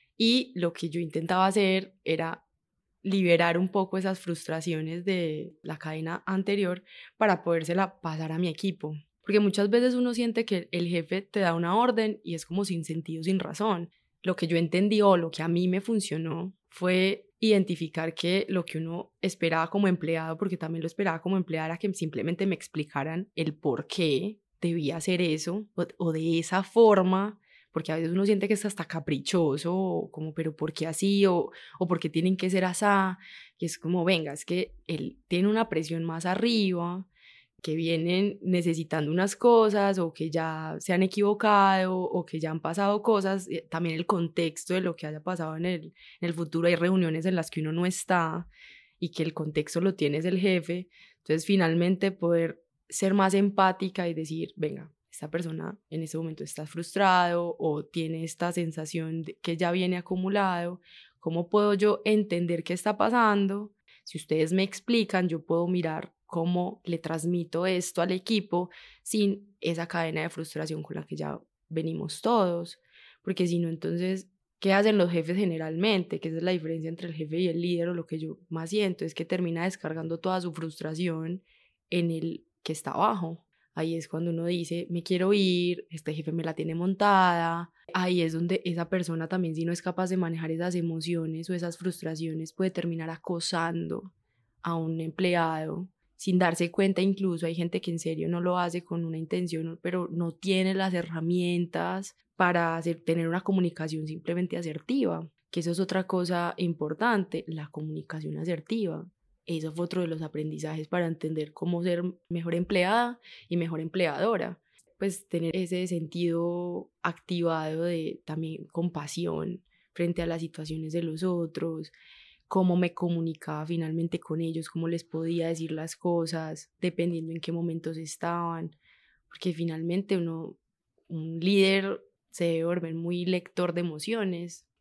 y lo que yo intentaba hacer era liberar un poco esas frustraciones de la cadena anterior para podérsela pasar a mi equipo. Porque muchas veces uno siente que el jefe te da una orden y es como sin sentido, sin razón. Lo que yo entendí o lo que a mí me funcionó fue identificar que lo que uno esperaba como empleado, porque también lo esperaba como empleada, era que simplemente me explicaran el por qué debía hacer eso o, o de esa forma, porque a veces uno siente que es hasta caprichoso, o como, pero ¿por qué así? O, o ¿por qué tienen que ser asá? Y es como, venga, es que él tiene una presión más arriba, que vienen necesitando unas cosas o que ya se han equivocado o que ya han pasado cosas, eh, también el contexto de lo que haya pasado en el, en el futuro, hay reuniones en las que uno no está y que el contexto lo tiene es el jefe, entonces finalmente poder ser más empática y decir, venga, esta persona en este momento está frustrado o tiene esta sensación de que ya viene acumulado, ¿cómo puedo yo entender qué está pasando? Si ustedes me explican, yo puedo mirar cómo le transmito esto al equipo sin esa cadena de frustración con la que ya venimos todos, porque si no, entonces, ¿qué hacen los jefes generalmente? Que esa es la diferencia entre el jefe y el líder, o lo que yo más siento, es que termina descargando toda su frustración en el que está abajo. Ahí es cuando uno dice, me quiero ir, este jefe me la tiene montada. Ahí es donde esa persona también, si no es capaz de manejar esas emociones o esas frustraciones, puede terminar acosando a un empleado sin darse cuenta. Incluso hay gente que en serio no lo hace con una intención, pero no tiene las herramientas para hacer, tener una comunicación simplemente asertiva, que eso es otra cosa importante, la comunicación asertiva. Eso fue otro de los aprendizajes para entender cómo ser mejor empleada y mejor empleadora. Pues tener ese sentido activado de también compasión frente a las situaciones de los otros, cómo me comunicaba finalmente con ellos, cómo les podía decir las cosas, dependiendo en qué momentos estaban, porque finalmente uno, un líder se debe volver muy lector de emociones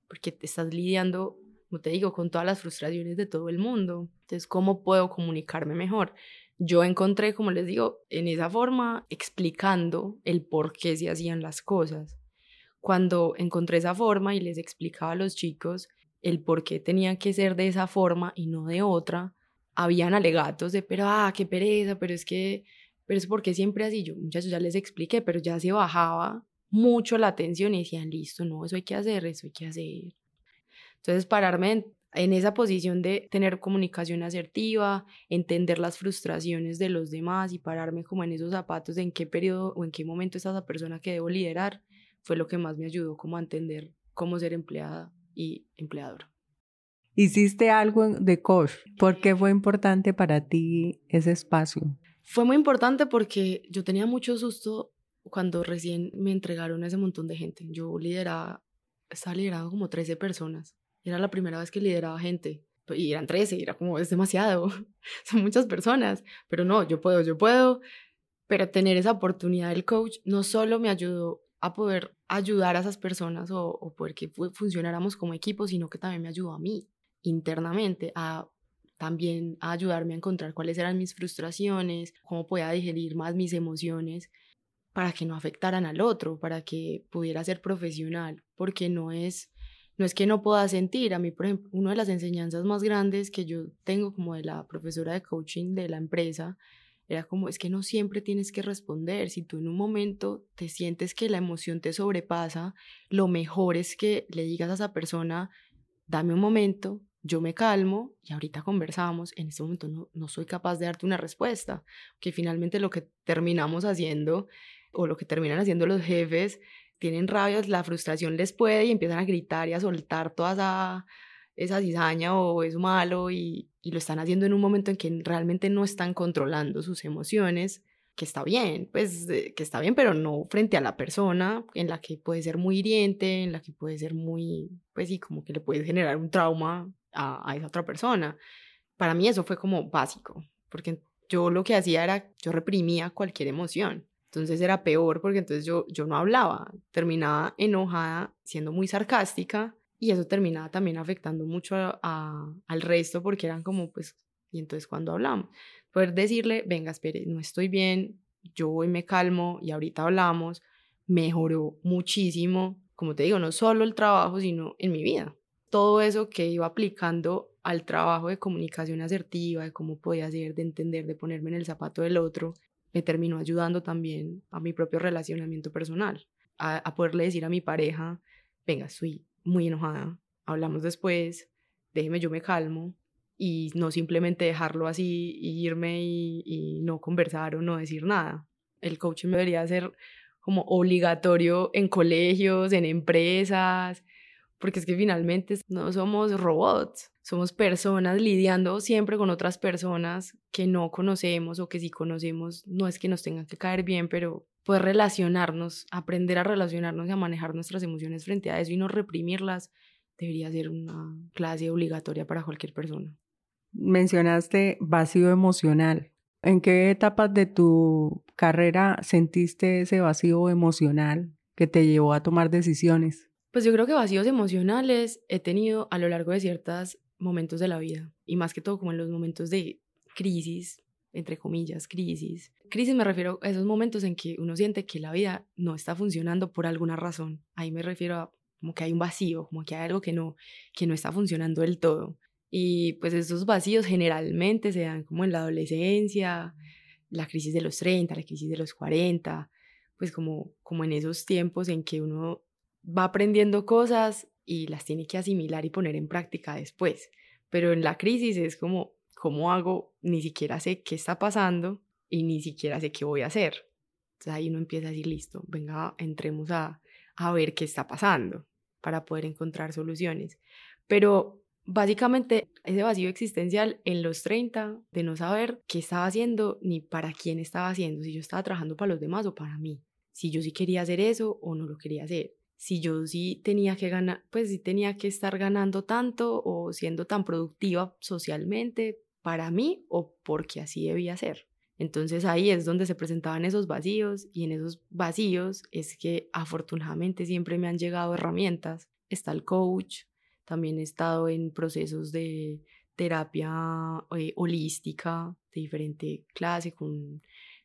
porque te estás lidiando, como te digo, con todas las frustraciones de todo el mundo. Entonces, ¿cómo puedo comunicarme mejor? Yo encontré, como les digo, en esa forma, explicando el por qué se hacían las cosas. Cuando encontré esa forma y les explicaba a los chicos el por qué tenían que ser de esa forma y no de otra, habían alegatos de, pero, ah, qué pereza, pero es que, pero es porque siempre así. Yo, muchachos, ya les expliqué, pero ya se bajaba mucho la atención y decían, listo, no, eso hay que hacer, eso hay que hacer. Entonces, pararme en, en esa posición de tener comunicación asertiva, entender las frustraciones de los demás y pararme como en esos zapatos de en qué periodo o en qué momento está esa persona que debo liderar, fue lo que más me ayudó como a entender cómo ser empleada y empleadora. ¿Hiciste algo de coach? ¿Por qué fue importante para ti ese espacio? Fue muy importante porque yo tenía mucho susto cuando recién me entregaron a ese montón de gente. Yo lideraba, estaba liderando como trece personas. Era la primera vez que lideraba gente. Y eran trece, y era como, es demasiado. Son muchas personas. Pero no, yo puedo, yo puedo. Pero tener esa oportunidad del coach no solo me ayudó a poder ayudar a esas personas o, o poder que fu- funcionáramos como equipo, sino que también me ayudó a mí internamente a también a ayudarme a encontrar cuáles eran mis frustraciones, cómo podía digerir más mis emociones para que no afectaran al otro, para que pudiera ser profesional, porque no es, no es que no pueda sentir. A mí, por ejemplo, una de las enseñanzas más grandes que yo tengo como de la profesora de coaching de la empresa era como, es que no siempre tienes que responder. Si tú en un momento te sientes que la emoción te sobrepasa, lo mejor es que le digas a esa persona, dame un momento, yo me calmo y ahorita conversamos. En este momento no, no soy capaz de darte una respuesta, que finalmente lo que terminamos haciendo o lo que terminan haciendo los jefes, tienen rabia, la frustración les puede y empiezan a gritar y a soltar toda esa, esa cizaña o eso malo y, y lo están haciendo en un momento en que realmente no están controlando sus emociones, que está bien, pues eh, que está bien, pero no frente a la persona, en la que puede ser muy hiriente, en la que puede ser muy, pues sí, como que le puede generar un trauma a, a esa otra persona. Para mí eso fue como básico, porque yo lo que hacía era, yo reprimía cualquier emoción. Entonces era peor porque entonces yo, yo no hablaba, terminaba enojada, siendo muy sarcástica y eso terminaba también afectando mucho a, a, al resto porque eran como, pues, y entonces cuando hablamos, poder decirle, venga, espere, no estoy bien, yo voy, me calmo y ahorita hablamos, mejoró muchísimo, como te digo, no solo el trabajo, sino en mi vida. Todo eso que iba aplicando al trabajo de comunicación asertiva, de cómo podía ser, de entender, de ponerme en el zapato del otro, me terminó ayudando también a mi propio relacionamiento personal, a, a poderle decir a mi pareja, venga, estoy muy enojada, hablamos después, déjeme, yo me calmo, y no simplemente dejarlo así y irme y, y no conversar o no decir nada. El coaching debería ser como obligatorio en colegios, en empresas, porque es que finalmente no somos robots, somos personas lidiando siempre con otras personas que no conocemos o que sí conocemos, no es que nos tengan que caer bien, pero poder relacionarnos, aprender a relacionarnos y a manejar nuestras emociones frente a eso y no reprimirlas, debería ser una clase obligatoria para cualquier persona. Mencionaste vacío emocional. ¿En qué etapas de tu carrera sentiste ese vacío emocional que te llevó a tomar decisiones? Pues yo creo que vacíos emocionales he tenido a lo largo de ciertos momentos de la vida y más que todo como en los momentos de crisis, entre comillas, crisis. Crisis me refiero a esos momentos en que uno siente que la vida no está funcionando por alguna razón. Ahí me refiero a como que hay un vacío, como que hay algo que no, que no está funcionando del todo. Y pues esos vacíos generalmente se dan como en la adolescencia, la crisis de los treinta, la crisis de los cuarenta, pues como, como en esos tiempos en que uno va aprendiendo cosas y las tiene que asimilar y poner en práctica después. Pero en la crisis es como, ¿cómo hago? Ni siquiera sé qué está pasando y ni siquiera sé qué voy a hacer. Entonces ahí uno empieza a decir, listo, venga, entremos a, a ver qué está pasando para poder encontrar soluciones. Pero básicamente ese vacío existencial en los treinta de no saber qué estaba haciendo ni para quién estaba haciendo, si yo estaba trabajando para los demás o para mí, si yo sí quería hacer eso o no lo quería hacer, si yo sí tenía que ganar, pues sí tenía que estar ganando tanto o siendo tan productiva socialmente para mí o porque así debía ser. Entonces ahí es donde se presentaban esos vacíos y en esos vacíos es que afortunadamente siempre me han llegado herramientas está el coach, también he estado en procesos de terapia eh, holística de diferente clase, con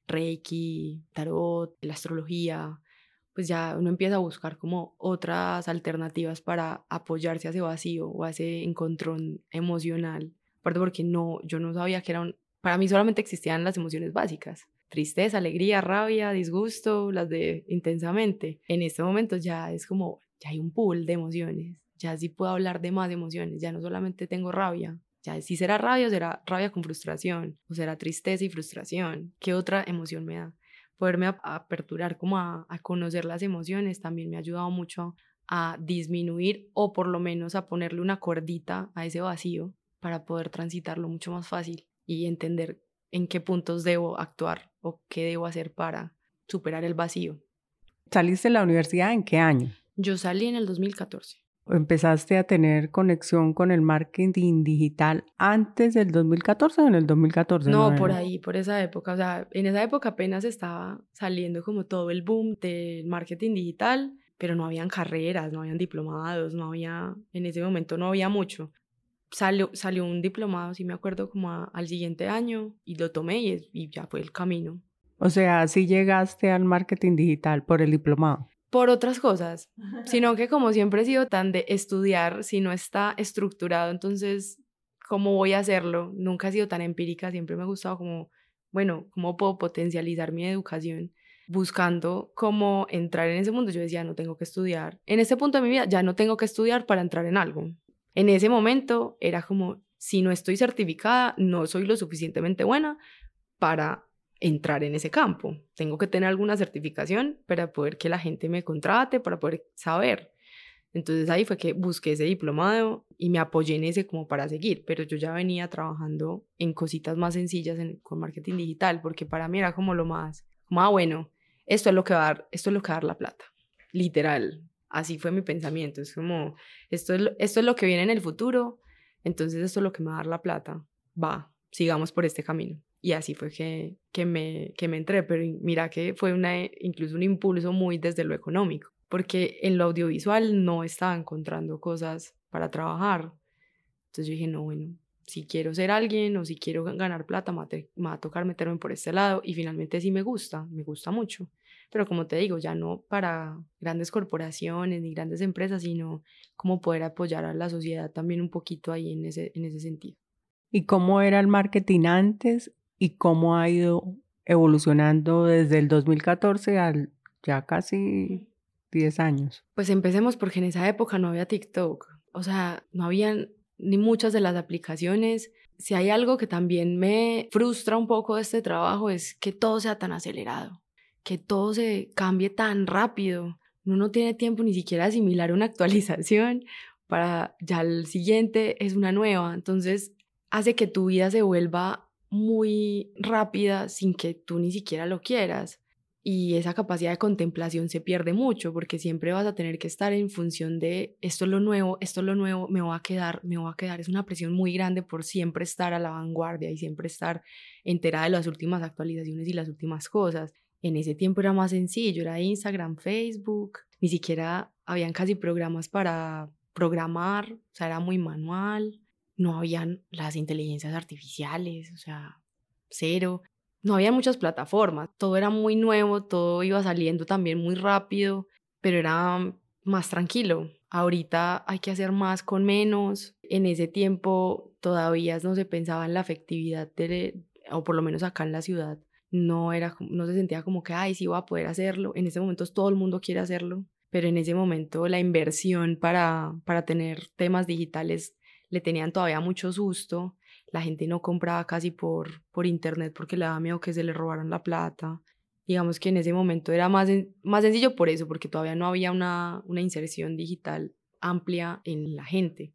Reiki, tarot, la astrología. Pues ya uno empieza a buscar como otras alternativas para apoyarse a ese vacío o a ese encontrón emocional. Aparte porque no, yo no sabía que era un... Para mí solamente existían las emociones básicas. Tristeza, alegría, rabia, disgusto, las de intensamente. En este momento ya es como, ya hay un pool de emociones. Ya sí puedo hablar de más emociones. Ya no solamente tengo rabia. Ya si será rabia o será rabia con frustración. O será tristeza y frustración. ¿Qué otra emoción me da? Poderme a, a aperturar como a, a conocer las emociones también me ha ayudado mucho a disminuir o por lo menos a ponerle una cordita a ese vacío para poder transitarlo mucho más fácil y entender en qué puntos debo actuar o qué debo hacer para superar el vacío. ¿Saliste de la universidad en qué año? Yo salí en el dos mil catorce. ¿Empezaste a tener conexión con el marketing digital antes del dos mil catorce o en el dos mil catorce? No, No, por era. ahí, por esa época. O sea, en esa época apenas estaba saliendo como todo el boom del marketing digital, pero no habían carreras, no habían diplomados, no había, en ese momento no había mucho. Salió, salió un diplomado, sí me acuerdo, como a- al siguiente año y lo tomé y, es- y ya fue el camino. O sea, sí llegaste al marketing digital por el diplomado. Por otras cosas, sino que como siempre he sido tan de estudiar, si no está estructurado, entonces, ¿cómo voy a hacerlo? Nunca he sido tan empírica, siempre me ha gustado como, bueno, ¿cómo puedo potencializar mi educación? Buscando cómo entrar en ese mundo, yo decía, no tengo que estudiar. En este punto de mi vida, ya no tengo que estudiar para entrar en algo. En ese momento era como, si no estoy certificada, no soy lo suficientemente buena para entrar en ese campo. Tengo que tener alguna certificación para poder que la gente me contrate, para poder saber. Entonces ahí fue que busqué ese diplomado y me apoyé en ese como para seguir, pero yo ya venía trabajando en cositas más sencillas en, con marketing digital, porque para mí era como lo más, como, ah, bueno, esto es lo que va a dar, esto es lo que va a dar la plata, literal. Así fue mi pensamiento, es como, esto es, lo, esto es lo que viene en el futuro, entonces esto es lo que me va a dar la plata, va, sigamos por este camino. Y así fue que, que, me, que me entré, pero mira que fue una, incluso un impulso muy desde lo económico, porque en lo audiovisual no estaba encontrando cosas para trabajar. Entonces yo dije, no, bueno, si quiero ser alguien o si quiero ganar plata, me va, a te, me va a tocar meterme por este lado y finalmente sí me gusta, me gusta mucho. Pero como te digo, ya no para grandes corporaciones ni grandes empresas, sino como poder apoyar a la sociedad también un poquito ahí en ese, en ese sentido. ¿Y cómo era el marketing antes y cómo ha ido evolucionando desde el dos mil catorce al ya casi diez años? Pues empecemos porque en esa época no había TikTok, o sea, no habían ni muchas de las aplicaciones. Si hay algo que también me frustra un poco de este trabajo es que todo sea tan acelerado, que todo se cambie tan rápido. Uno no tiene tiempo ni siquiera de asimilar una actualización para ya el siguiente es una nueva. Entonces hace que tu vida se vuelva muy rápida sin que tú ni siquiera lo quieras. Y esa capacidad de contemplación se pierde mucho porque siempre vas a tener que estar en función de esto es lo nuevo, esto es lo nuevo, me voy a quedar, me voy a quedar. Es una presión muy grande por siempre estar a la vanguardia y siempre estar enterada de las últimas actualizaciones y las últimas cosas. En ese tiempo era más sencillo, era Instagram, Facebook, ni siquiera habían casi programas para programar, o sea, era muy manual, no habían las inteligencias artificiales, o sea, cero. No había muchas plataformas, todo era muy nuevo, todo iba saliendo también muy rápido, pero era más tranquilo. Ahorita hay que hacer más con menos. En ese tiempo todavía no se pensaba en la efectividad, de, o por lo menos acá en la ciudad, no, era, no se sentía como que, ay, sí voy a poder hacerlo. En ese momento todo el mundo quiere hacerlo, pero en ese momento la inversión para, para tener temas digitales le tenían todavía mucho susto. La gente no compraba casi por, por internet porque le daba miedo que se le robaran la plata. Digamos que en ese momento era más, más sencillo por eso, porque todavía no había una, una inserción digital amplia en la gente.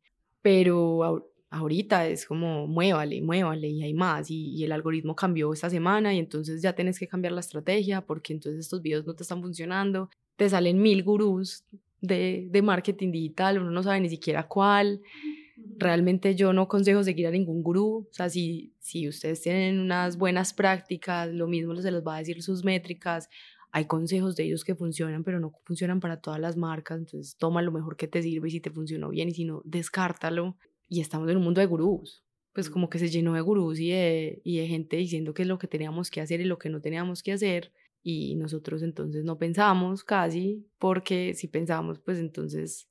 Pero ahorita es como muévale, muévale y hay más. Y, y el algoritmo cambió esta semana y entonces ya tienes que cambiar la estrategia porque entonces estos videos no te están funcionando. Te salen mil gurús de, de marketing digital, uno no sabe ni siquiera cuál. Realmente yo no aconsejo seguir a ningún gurú, o sea, si, si ustedes tienen unas buenas prácticas, lo mismo se los va a decir sus métricas, hay consejos de ellos que funcionan, pero no funcionan para todas las marcas, entonces toma lo mejor que te sirve y si te funcionó bien y si no, descártalo. Y estamos en un mundo de gurús, pues como que se llenó de gurús y de, y de gente diciendo qué es lo que teníamos que hacer y lo que no teníamos que hacer, y nosotros entonces no pensamos casi, porque si pensamos, pues entonces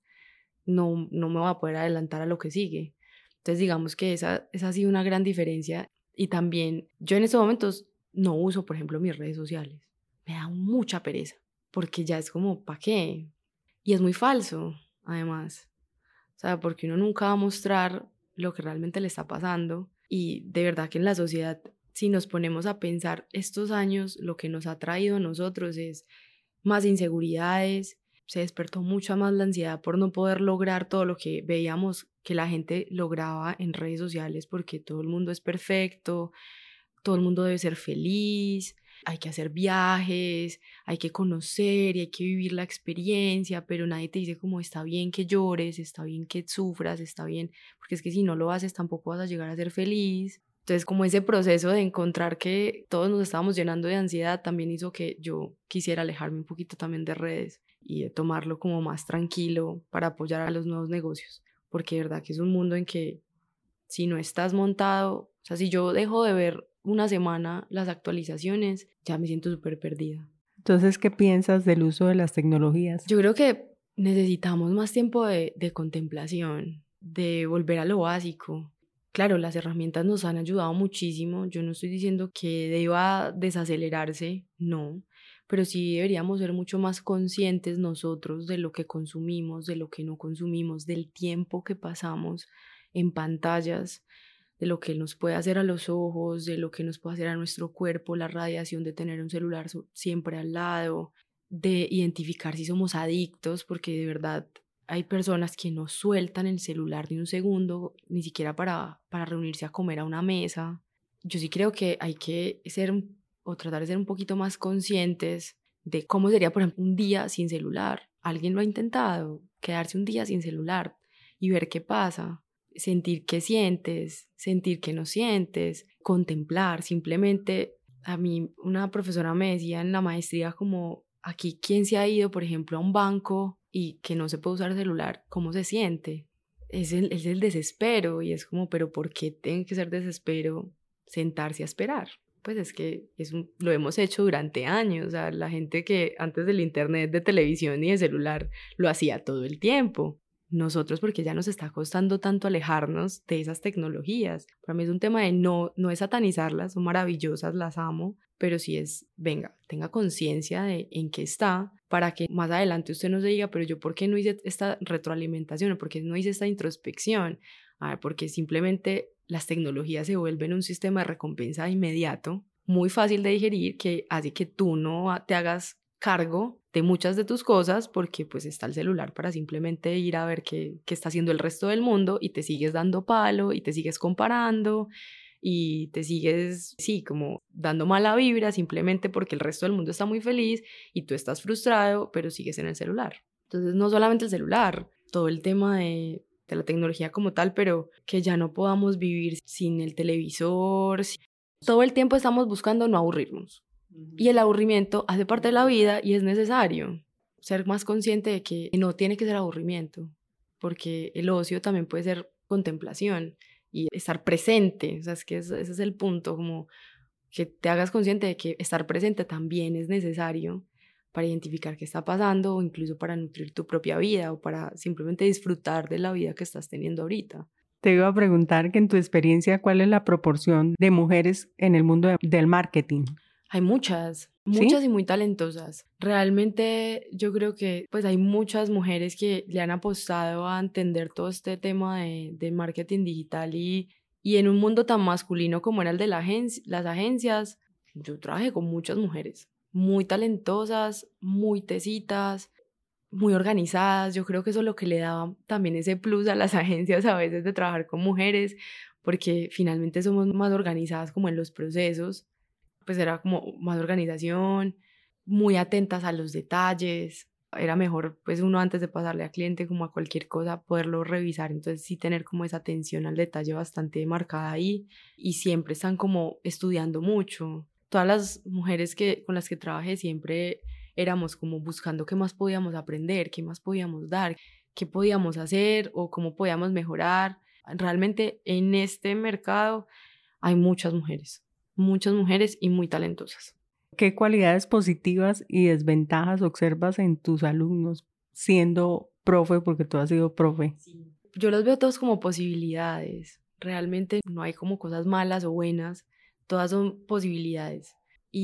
no, no me voy a poder adelantar a lo que sigue. Entonces digamos que esa, esa ha sido una gran diferencia. Y también yo en estos momentos no uso, por ejemplo, mis redes sociales. Me da mucha pereza, porque ya es como, ¿para qué? Y es muy falso, además. O sea, porque uno nunca va a mostrar lo que realmente le está pasando. Y de verdad que en la sociedad, si nos ponemos a pensar estos años, lo que nos ha traído a nosotros es más inseguridades. Se despertó mucha más la ansiedad por no poder lograr todo lo que veíamos que la gente lograba en redes sociales, porque todo el mundo es perfecto, todo el mundo debe ser feliz, hay que hacer viajes, hay que conocer y hay que vivir la experiencia, pero nadie te dice como está bien que llores, está bien que sufras, está bien, porque es que si no lo haces tampoco vas a llegar a ser feliz. Entonces, como ese proceso de encontrar que todos nos estábamos llenando de ansiedad también hizo que yo quisiera alejarme un poquito también de redes y de tomarlo como más tranquilo para apoyar a los nuevos negocios, porque de verdad que es un mundo en que si no estás montado, o sea, si yo dejo de ver una semana las actualizaciones, ya me siento súper perdida. Entonces, ¿qué piensas del uso de las tecnologías? Yo creo que necesitamos más tiempo de, de contemplación, de volver a lo básico. Claro, las herramientas nos han ayudado muchísimo. Yo no estoy diciendo que deba desacelerarse, no, pero sí deberíamos ser mucho más conscientes nosotros de lo que consumimos, de lo que no consumimos, del tiempo que pasamos en pantallas, de lo que nos puede hacer a los ojos, de lo que nos puede hacer a nuestro cuerpo, la radiación de tener un celular siempre al lado, de identificar si somos adictos, porque de verdad hay personas que no sueltan el celular ni un segundo, ni siquiera para, para reunirse a comer a una mesa. Yo sí creo que hay que ser o tratar de ser un poquito más conscientes de cómo sería, por ejemplo, un día sin celular. ¿Alguien lo ha intentado? Quedarse un día sin celular y ver qué pasa. Sentir qué sientes, sentir qué no sientes, contemplar. Simplemente, a mí una profesora me decía en la maestría como, aquí, ¿quién se ha ido, por ejemplo, a un banco y que no se puede usar celular? ¿Cómo se siente? Es el, es el desespero y es como, pero ¿por qué tiene que ser desespero sentarse a esperar? Pues es que es un, lo hemos hecho durante años. O sea, la gente que antes del internet, de televisión y de celular lo hacía todo el tiempo. Nosotros, porque ya nos está costando tanto alejarnos de esas tecnologías. Para mí es un tema de no, no es satanizarlas, son maravillosas, las amo, pero sí es, venga, tenga conciencia de en qué está, para que más adelante usted no se diga, pero yo ¿por qué no hice esta retroalimentación? ¿Por qué no hice esta introspección? A ver, porque simplemente las tecnologías se vuelven un sistema de recompensa inmediato, muy fácil de digerir, que hace que tú no te hagas cargo de muchas de tus cosas, porque pues está el celular para simplemente ir a ver qué, qué está haciendo el resto del mundo y te sigues dando palo y te sigues comparando y te sigues, sí, como dando mala vibra simplemente porque el resto del mundo está muy feliz y tú estás frustrado, pero sigues en el celular. Entonces no solamente el celular, todo el tema de, de la tecnología como tal, pero que ya no podamos vivir sin el televisor. Sin... Todo el tiempo estamos buscando no aburrirnos. Y el aburrimiento hace parte de la vida y es necesario ser más consciente de que no tiene que ser aburrimiento, porque el ocio también puede ser contemplación y estar presente. O sea, es que ese es el punto, como que te hagas consciente de que estar presente también es necesario para identificar qué está pasando o incluso para nutrir tu propia vida o para simplemente disfrutar de la vida que estás teniendo ahorita. Te iba a preguntar que en tu experiencia, ¿cuál es la proporción de mujeres en el mundo del marketing? Hay muchas, muchas ¿Sí? y muy talentosas. Realmente yo creo que pues hay muchas mujeres que le han apostado a entender todo este tema de, de marketing digital y, y en un mundo tan masculino como era el de la agen- las agencias, yo trabajé con muchas mujeres muy talentosas, muy tesitas, muy organizadas. Yo creo que eso es lo que le daba también ese plus a las agencias a veces de trabajar con mujeres, porque finalmente somos más organizadas como en los procesos. Pues era como más organización, muy atentas a los detalles. Era mejor pues uno antes de pasarle al cliente como a cualquier cosa poderlo revisar, entonces sí tener como esa atención al detalle bastante marcada ahí y siempre están como estudiando mucho. Todas las mujeres que, con las que trabajé siempre éramos como buscando qué más podíamos aprender, qué más podíamos dar, qué podíamos hacer o cómo podíamos mejorar. Realmente en este mercado hay muchas mujeres, muchas mujeres y muy talentosas. ¿Qué cualidades positivas y desventajas observas en tus alumnos siendo profe, porque tú has sido profe? Sí. Yo los veo todos como posibilidades. Realmente no hay como cosas malas o buenas, todas son posibilidades.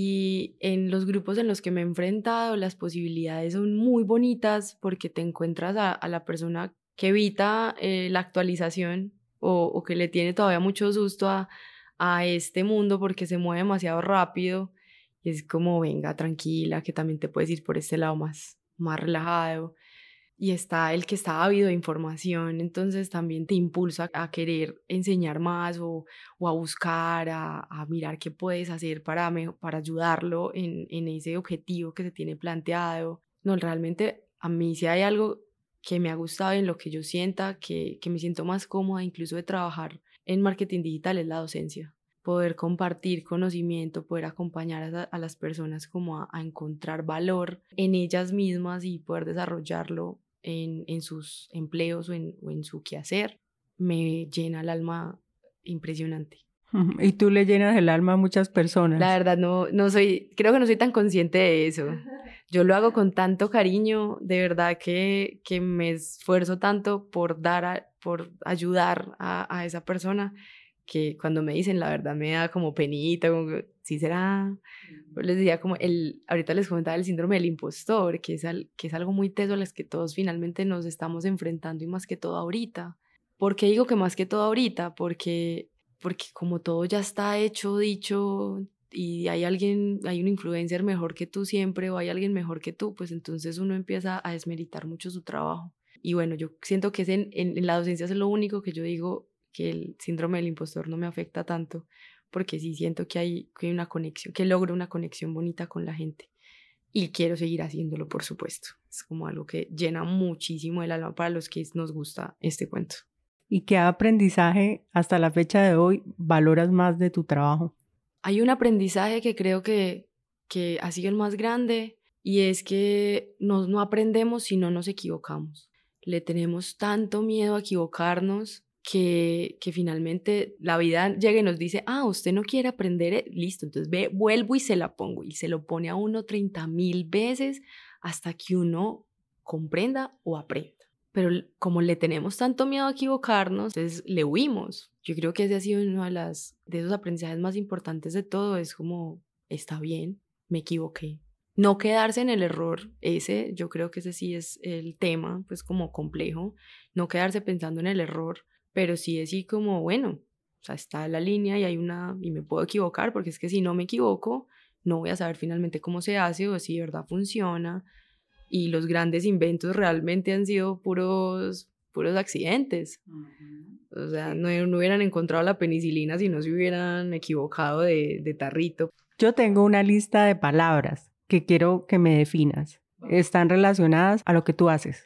Y en los grupos en los que me he enfrentado, las posibilidades son muy bonitas porque te encuentras a, a la persona que evita eh, la actualización o, o que le tiene todavía mucho susto a, a este mundo porque se mueve demasiado rápido. Y es como, venga, tranquila, que también te puedes ir por este lado más, más relajado. Y está el que está ávido de información, entonces también te impulsa a querer enseñar más o, o a buscar, a, a mirar qué puedes hacer para, me- para ayudarlo en, en ese objetivo que se tiene planteado. No, realmente a mí si hay algo que me ha gustado en lo que yo sienta, que, que me siento más cómoda incluso de trabajar en marketing digital es la docencia. Poder compartir conocimiento, poder acompañar a, a las personas como a, a encontrar valor en ellas mismas y poder desarrollarlo en, en sus empleos o en, o en su quehacer, me llena el alma impresionante. Y tú le llenas el alma a muchas personas. La verdad, no, no soy, creo que no soy tan consciente de eso. Yo lo hago con tanto cariño, de verdad que, que me esfuerzo tanto por dar, a, por ayudar a, a esa persona, que cuando me dicen, la verdad me da como penita, como que, sí será. Les decía como el, ahorita les comentaba el síndrome del impostor, que es, al, que es algo muy teso a las que todos finalmente nos estamos enfrentando y más que todo ahorita. ¿Por qué digo que más que todo ahorita? Porque, porque como todo ya está hecho, dicho, y hay alguien, hay un influencer mejor que tú siempre o hay alguien mejor que tú, pues entonces uno empieza a desmeritar mucho su trabajo. Y bueno, yo siento que es en, en, en la docencia es lo único que yo digo que el síndrome del impostor no me afecta tanto, porque sí siento que hay, que hay una conexión, que logro una conexión bonita con la gente. Y quiero seguir haciéndolo, por supuesto. Es como algo que llena muchísimo el alma para los que nos gusta este cuento. ¿Y qué aprendizaje hasta la fecha de hoy valoras más de tu trabajo? Hay un aprendizaje que creo que, que ha sido el más grande y es que nos, no aprendemos si no nos equivocamos. Le tenemos tanto miedo a equivocarnos que, que finalmente la vida llega y nos dice, ah, usted no quiere aprender, eh, listo, entonces ve, vuelvo y se la pongo. Y se lo pone a uno treinta mil veces hasta que uno comprenda o aprenda. Pero como le tenemos tanto miedo a equivocarnos, entonces le huimos. Yo creo que ese ha sido uno de, las, de esos aprendizajes más importantes de todo, es como, está bien, me equivoqué. No quedarse en el error, ese, yo creo que ese sí es el tema, pues como complejo, no quedarse pensando en el error, pero sí decir como, bueno, o sea, está la línea y hay una, y me puedo equivocar, porque es que si no me equivoco, no voy a saber finalmente cómo se hace o si de verdad funciona. Y los grandes inventos realmente han sido puros, puros accidentes. Uh-huh. O sea, no, no hubieran encontrado la penicilina si no se hubieran equivocado de, de tarrito. Yo tengo una lista de palabras que quiero que me definas. Están relacionadas a lo que tú haces.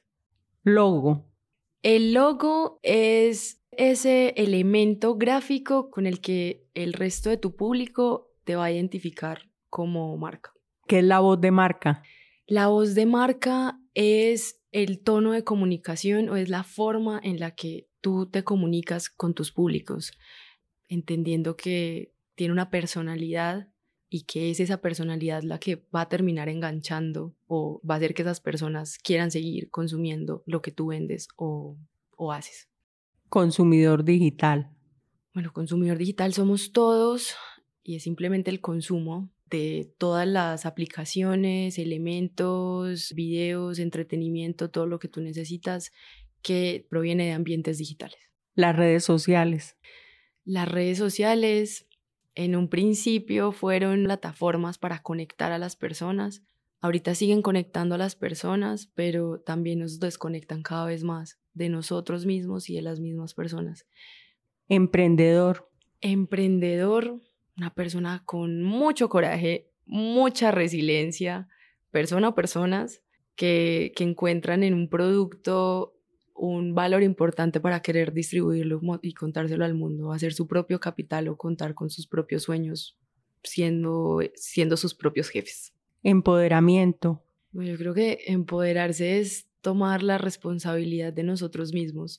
Logo. El logo es ese elemento gráfico con el que el resto de tu público te va a identificar como marca. ¿Qué es la voz de marca? La voz de marca es el tono de comunicación o es la forma en la que tú te comunicas con tus públicos, entendiendo que tiene una personalidad y que es esa personalidad la que va a terminar enganchando o va a hacer que esas personas quieran seguir consumiendo lo que tú vendes o, o haces. Consumidor digital. Bueno, consumidor digital somos todos y es simplemente el consumo de todas las aplicaciones, elementos, videos, entretenimiento, todo lo que tú necesitas que proviene de ambientes digitales. Las redes sociales. Las redes sociales en un principio fueron plataformas para conectar a las personas. Ahorita siguen conectando a las personas, pero también nos desconectan cada vez más de nosotros mismos y de las mismas personas. Emprendedor. Emprendedor, una persona con mucho coraje, mucha resiliencia, persona o personas que, que encuentran en un producto un valor importante para querer distribuirlo y contárselo al mundo, hacer su propio capital o contar con sus propios sueños, siendo, siendo sus propios jefes. Empoderamiento. Bueno, yo creo que empoderarse es tomar la responsabilidad de nosotros mismos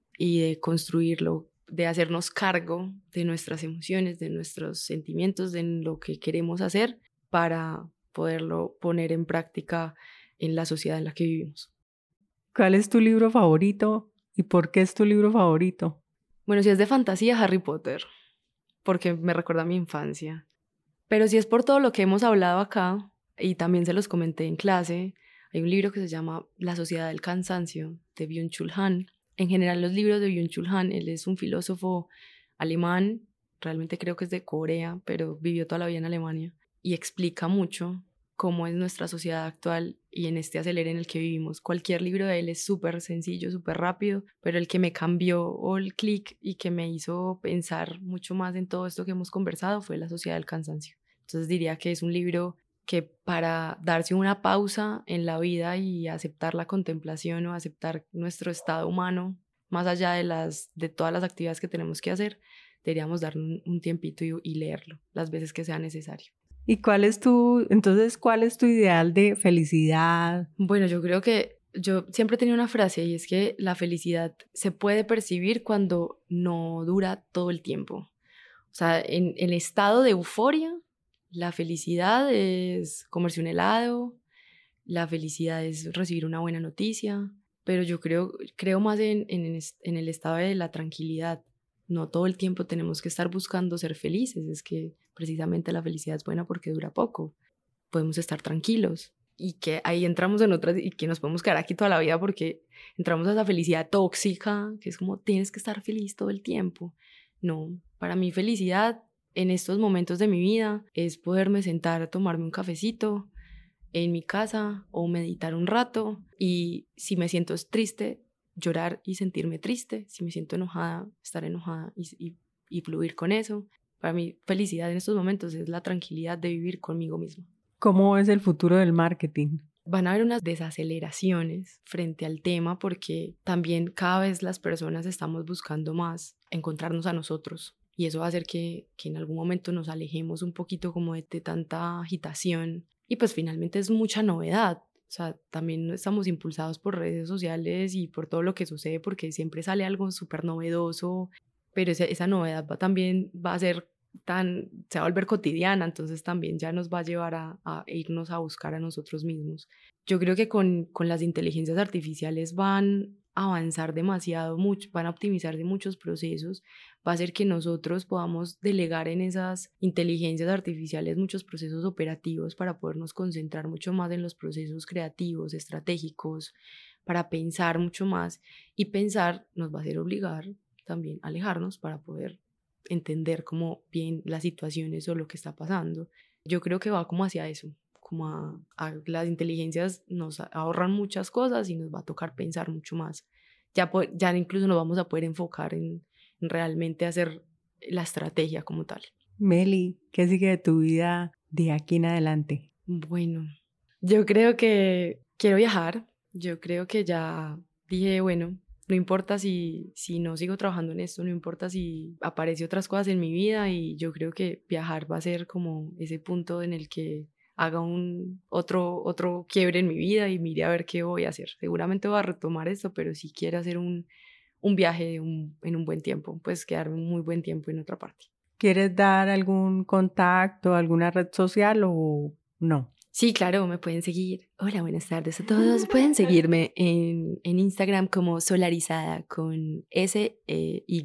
y de construirlo, de hacernos cargo de nuestras emociones, de nuestros sentimientos, de lo que queremos hacer para poderlo poner en práctica en la sociedad en la que vivimos. ¿Cuál es tu libro favorito y por qué es tu libro favorito? Bueno, si es de fantasía, Harry Potter, porque me recuerda a mi infancia. Pero si es por todo lo que hemos hablado acá, y también se los comenté en clase, hay un libro que se llama La Sociedad del Cansancio, de Byung-Chul Han. En general, los libros de Byung-Chul Han, él es un filósofo alemán, realmente creo que es de Corea, pero vivió toda la vida en Alemania, y explica mucho cómo es nuestra sociedad actual y en este acelere en el que vivimos. Cualquier libro de él es súper sencillo, súper rápido, pero el que me cambió o el clic y que me hizo pensar mucho más en todo esto que hemos conversado fue La Sociedad del Cansancio. Entonces diría que es un libro que para darse una pausa en la vida y aceptar la contemplación o aceptar nuestro estado humano, más allá de, las, de todas las actividades que tenemos que hacer, deberíamos dar un, un tiempito y, y leerlo las veces que sea necesario. ¿Y cuál es tu, entonces, cuál es tu ideal de felicidad? Bueno, yo creo que yo siempre he tenido una frase y es que la felicidad se puede percibir cuando no dura todo el tiempo. O sea, en el estado de euforia, la felicidad es comerse un helado, la felicidad es recibir una buena noticia, pero yo creo, creo más en, en, en el estado de la tranquilidad. No todo el tiempo tenemos que estar buscando ser felices, es que precisamente la felicidad es buena porque dura poco. Podemos estar tranquilos y que ahí entramos en otras y que nos podemos quedar aquí toda la vida porque entramos a esa felicidad tóxica, que es como tienes que estar feliz todo el tiempo. No, para mí felicidad en estos momentos de mi vida es poderme sentar a tomarme un cafecito en mi casa o meditar un rato y si me siento triste, llorar y sentirme triste, si me siento enojada, estar enojada y, y, y fluir con eso. Para mí felicidad en estos momentos es la tranquilidad de vivir conmigo misma. ¿Cómo es el futuro del marketing? Van a haber unas desaceleraciones frente al tema porque también cada vez las personas estamos buscando más encontrarnos a nosotros y eso va a hacer que, que en algún momento nos alejemos un poquito como de, de tanta agitación y pues finalmente es mucha novedad. O sea, también estamos impulsados por redes sociales y por todo lo que sucede porque siempre sale algo súper novedoso, pero esa, esa novedad va, también va a ser tan, se va a volver cotidiana, entonces también ya nos va a llevar a, a irnos a buscar a nosotros mismos. Yo creo que con, con las inteligencias artificiales van a avanzar demasiado, mucho, van a optimizarse muchos procesos, va a hacer que nosotros podamos delegar en esas inteligencias artificiales muchos procesos operativos para podernos concentrar mucho más en los procesos creativos, estratégicos, para pensar mucho más y pensar nos va a hacer obligar también a alejarnos para poder entender como bien las situaciones o lo que está pasando. Yo creo que va como hacia eso, como a, a las inteligencias nos ahorran muchas cosas y nos va a tocar pensar mucho más. Ya, ya incluso nos vamos a poder enfocar en, en realmente hacer la estrategia como tal. Meli, ¿qué sigue de tu vida de aquí en adelante? Bueno, yo creo que quiero viajar, yo creo que ya dije, bueno, no importa si, si no sigo trabajando en esto, no importa si aparecen otras cosas en mi vida y yo creo que viajar va a ser como ese punto en el que haga un otro, otro quiebre en mi vida y mire a ver qué voy a hacer. Seguramente voy a retomar esto, pero si quiero hacer un, un viaje un, en un buen tiempo, pues quedarme un muy buen tiempo en otra parte. ¿Quieres dar algún contacto, alguna red social o no? Sí, claro, me pueden seguir. Hola, buenas tardes a todos. Pueden seguirme en, en Instagram como Solarizada con S E Y.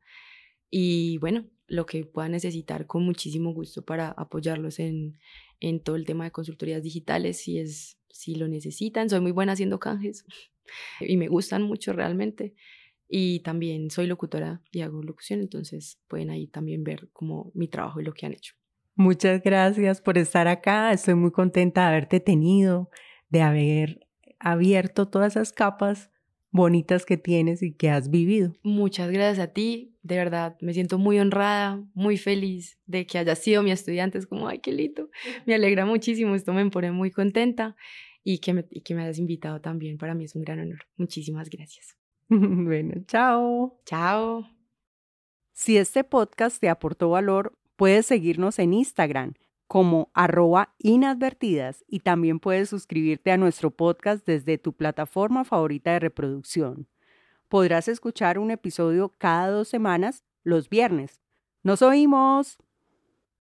Y bueno, lo que puedan necesitar con muchísimo gusto para apoyarlos en, en todo el tema de consultorías digitales, si, es, si lo necesitan. Soy muy buena haciendo canjes y me gustan mucho realmente. Y también soy locutora y hago locución, entonces pueden ahí también ver como mi trabajo y lo que han hecho. Muchas gracias por estar acá. Estoy muy contenta de haberte tenido, de haber abierto todas esas capas bonitas que tienes y que has vivido. Muchas gracias a ti, de verdad, me siento muy honrada, muy feliz de que hayas sido mi estudiante, es como, ay, qué lindo, me alegra muchísimo, esto me pone muy contenta y que me, y que me hayas invitado también, para mí es un gran honor. Muchísimas gracias. Bueno, chao. Chao. Si este podcast te aportó valor, puedes seguirnos en Instagram como arroba inadvertidas y también puedes suscribirte a nuestro podcast desde tu plataforma favorita de reproducción. Podrás escuchar un episodio cada dos semanas los viernes. ¡Nos oímos!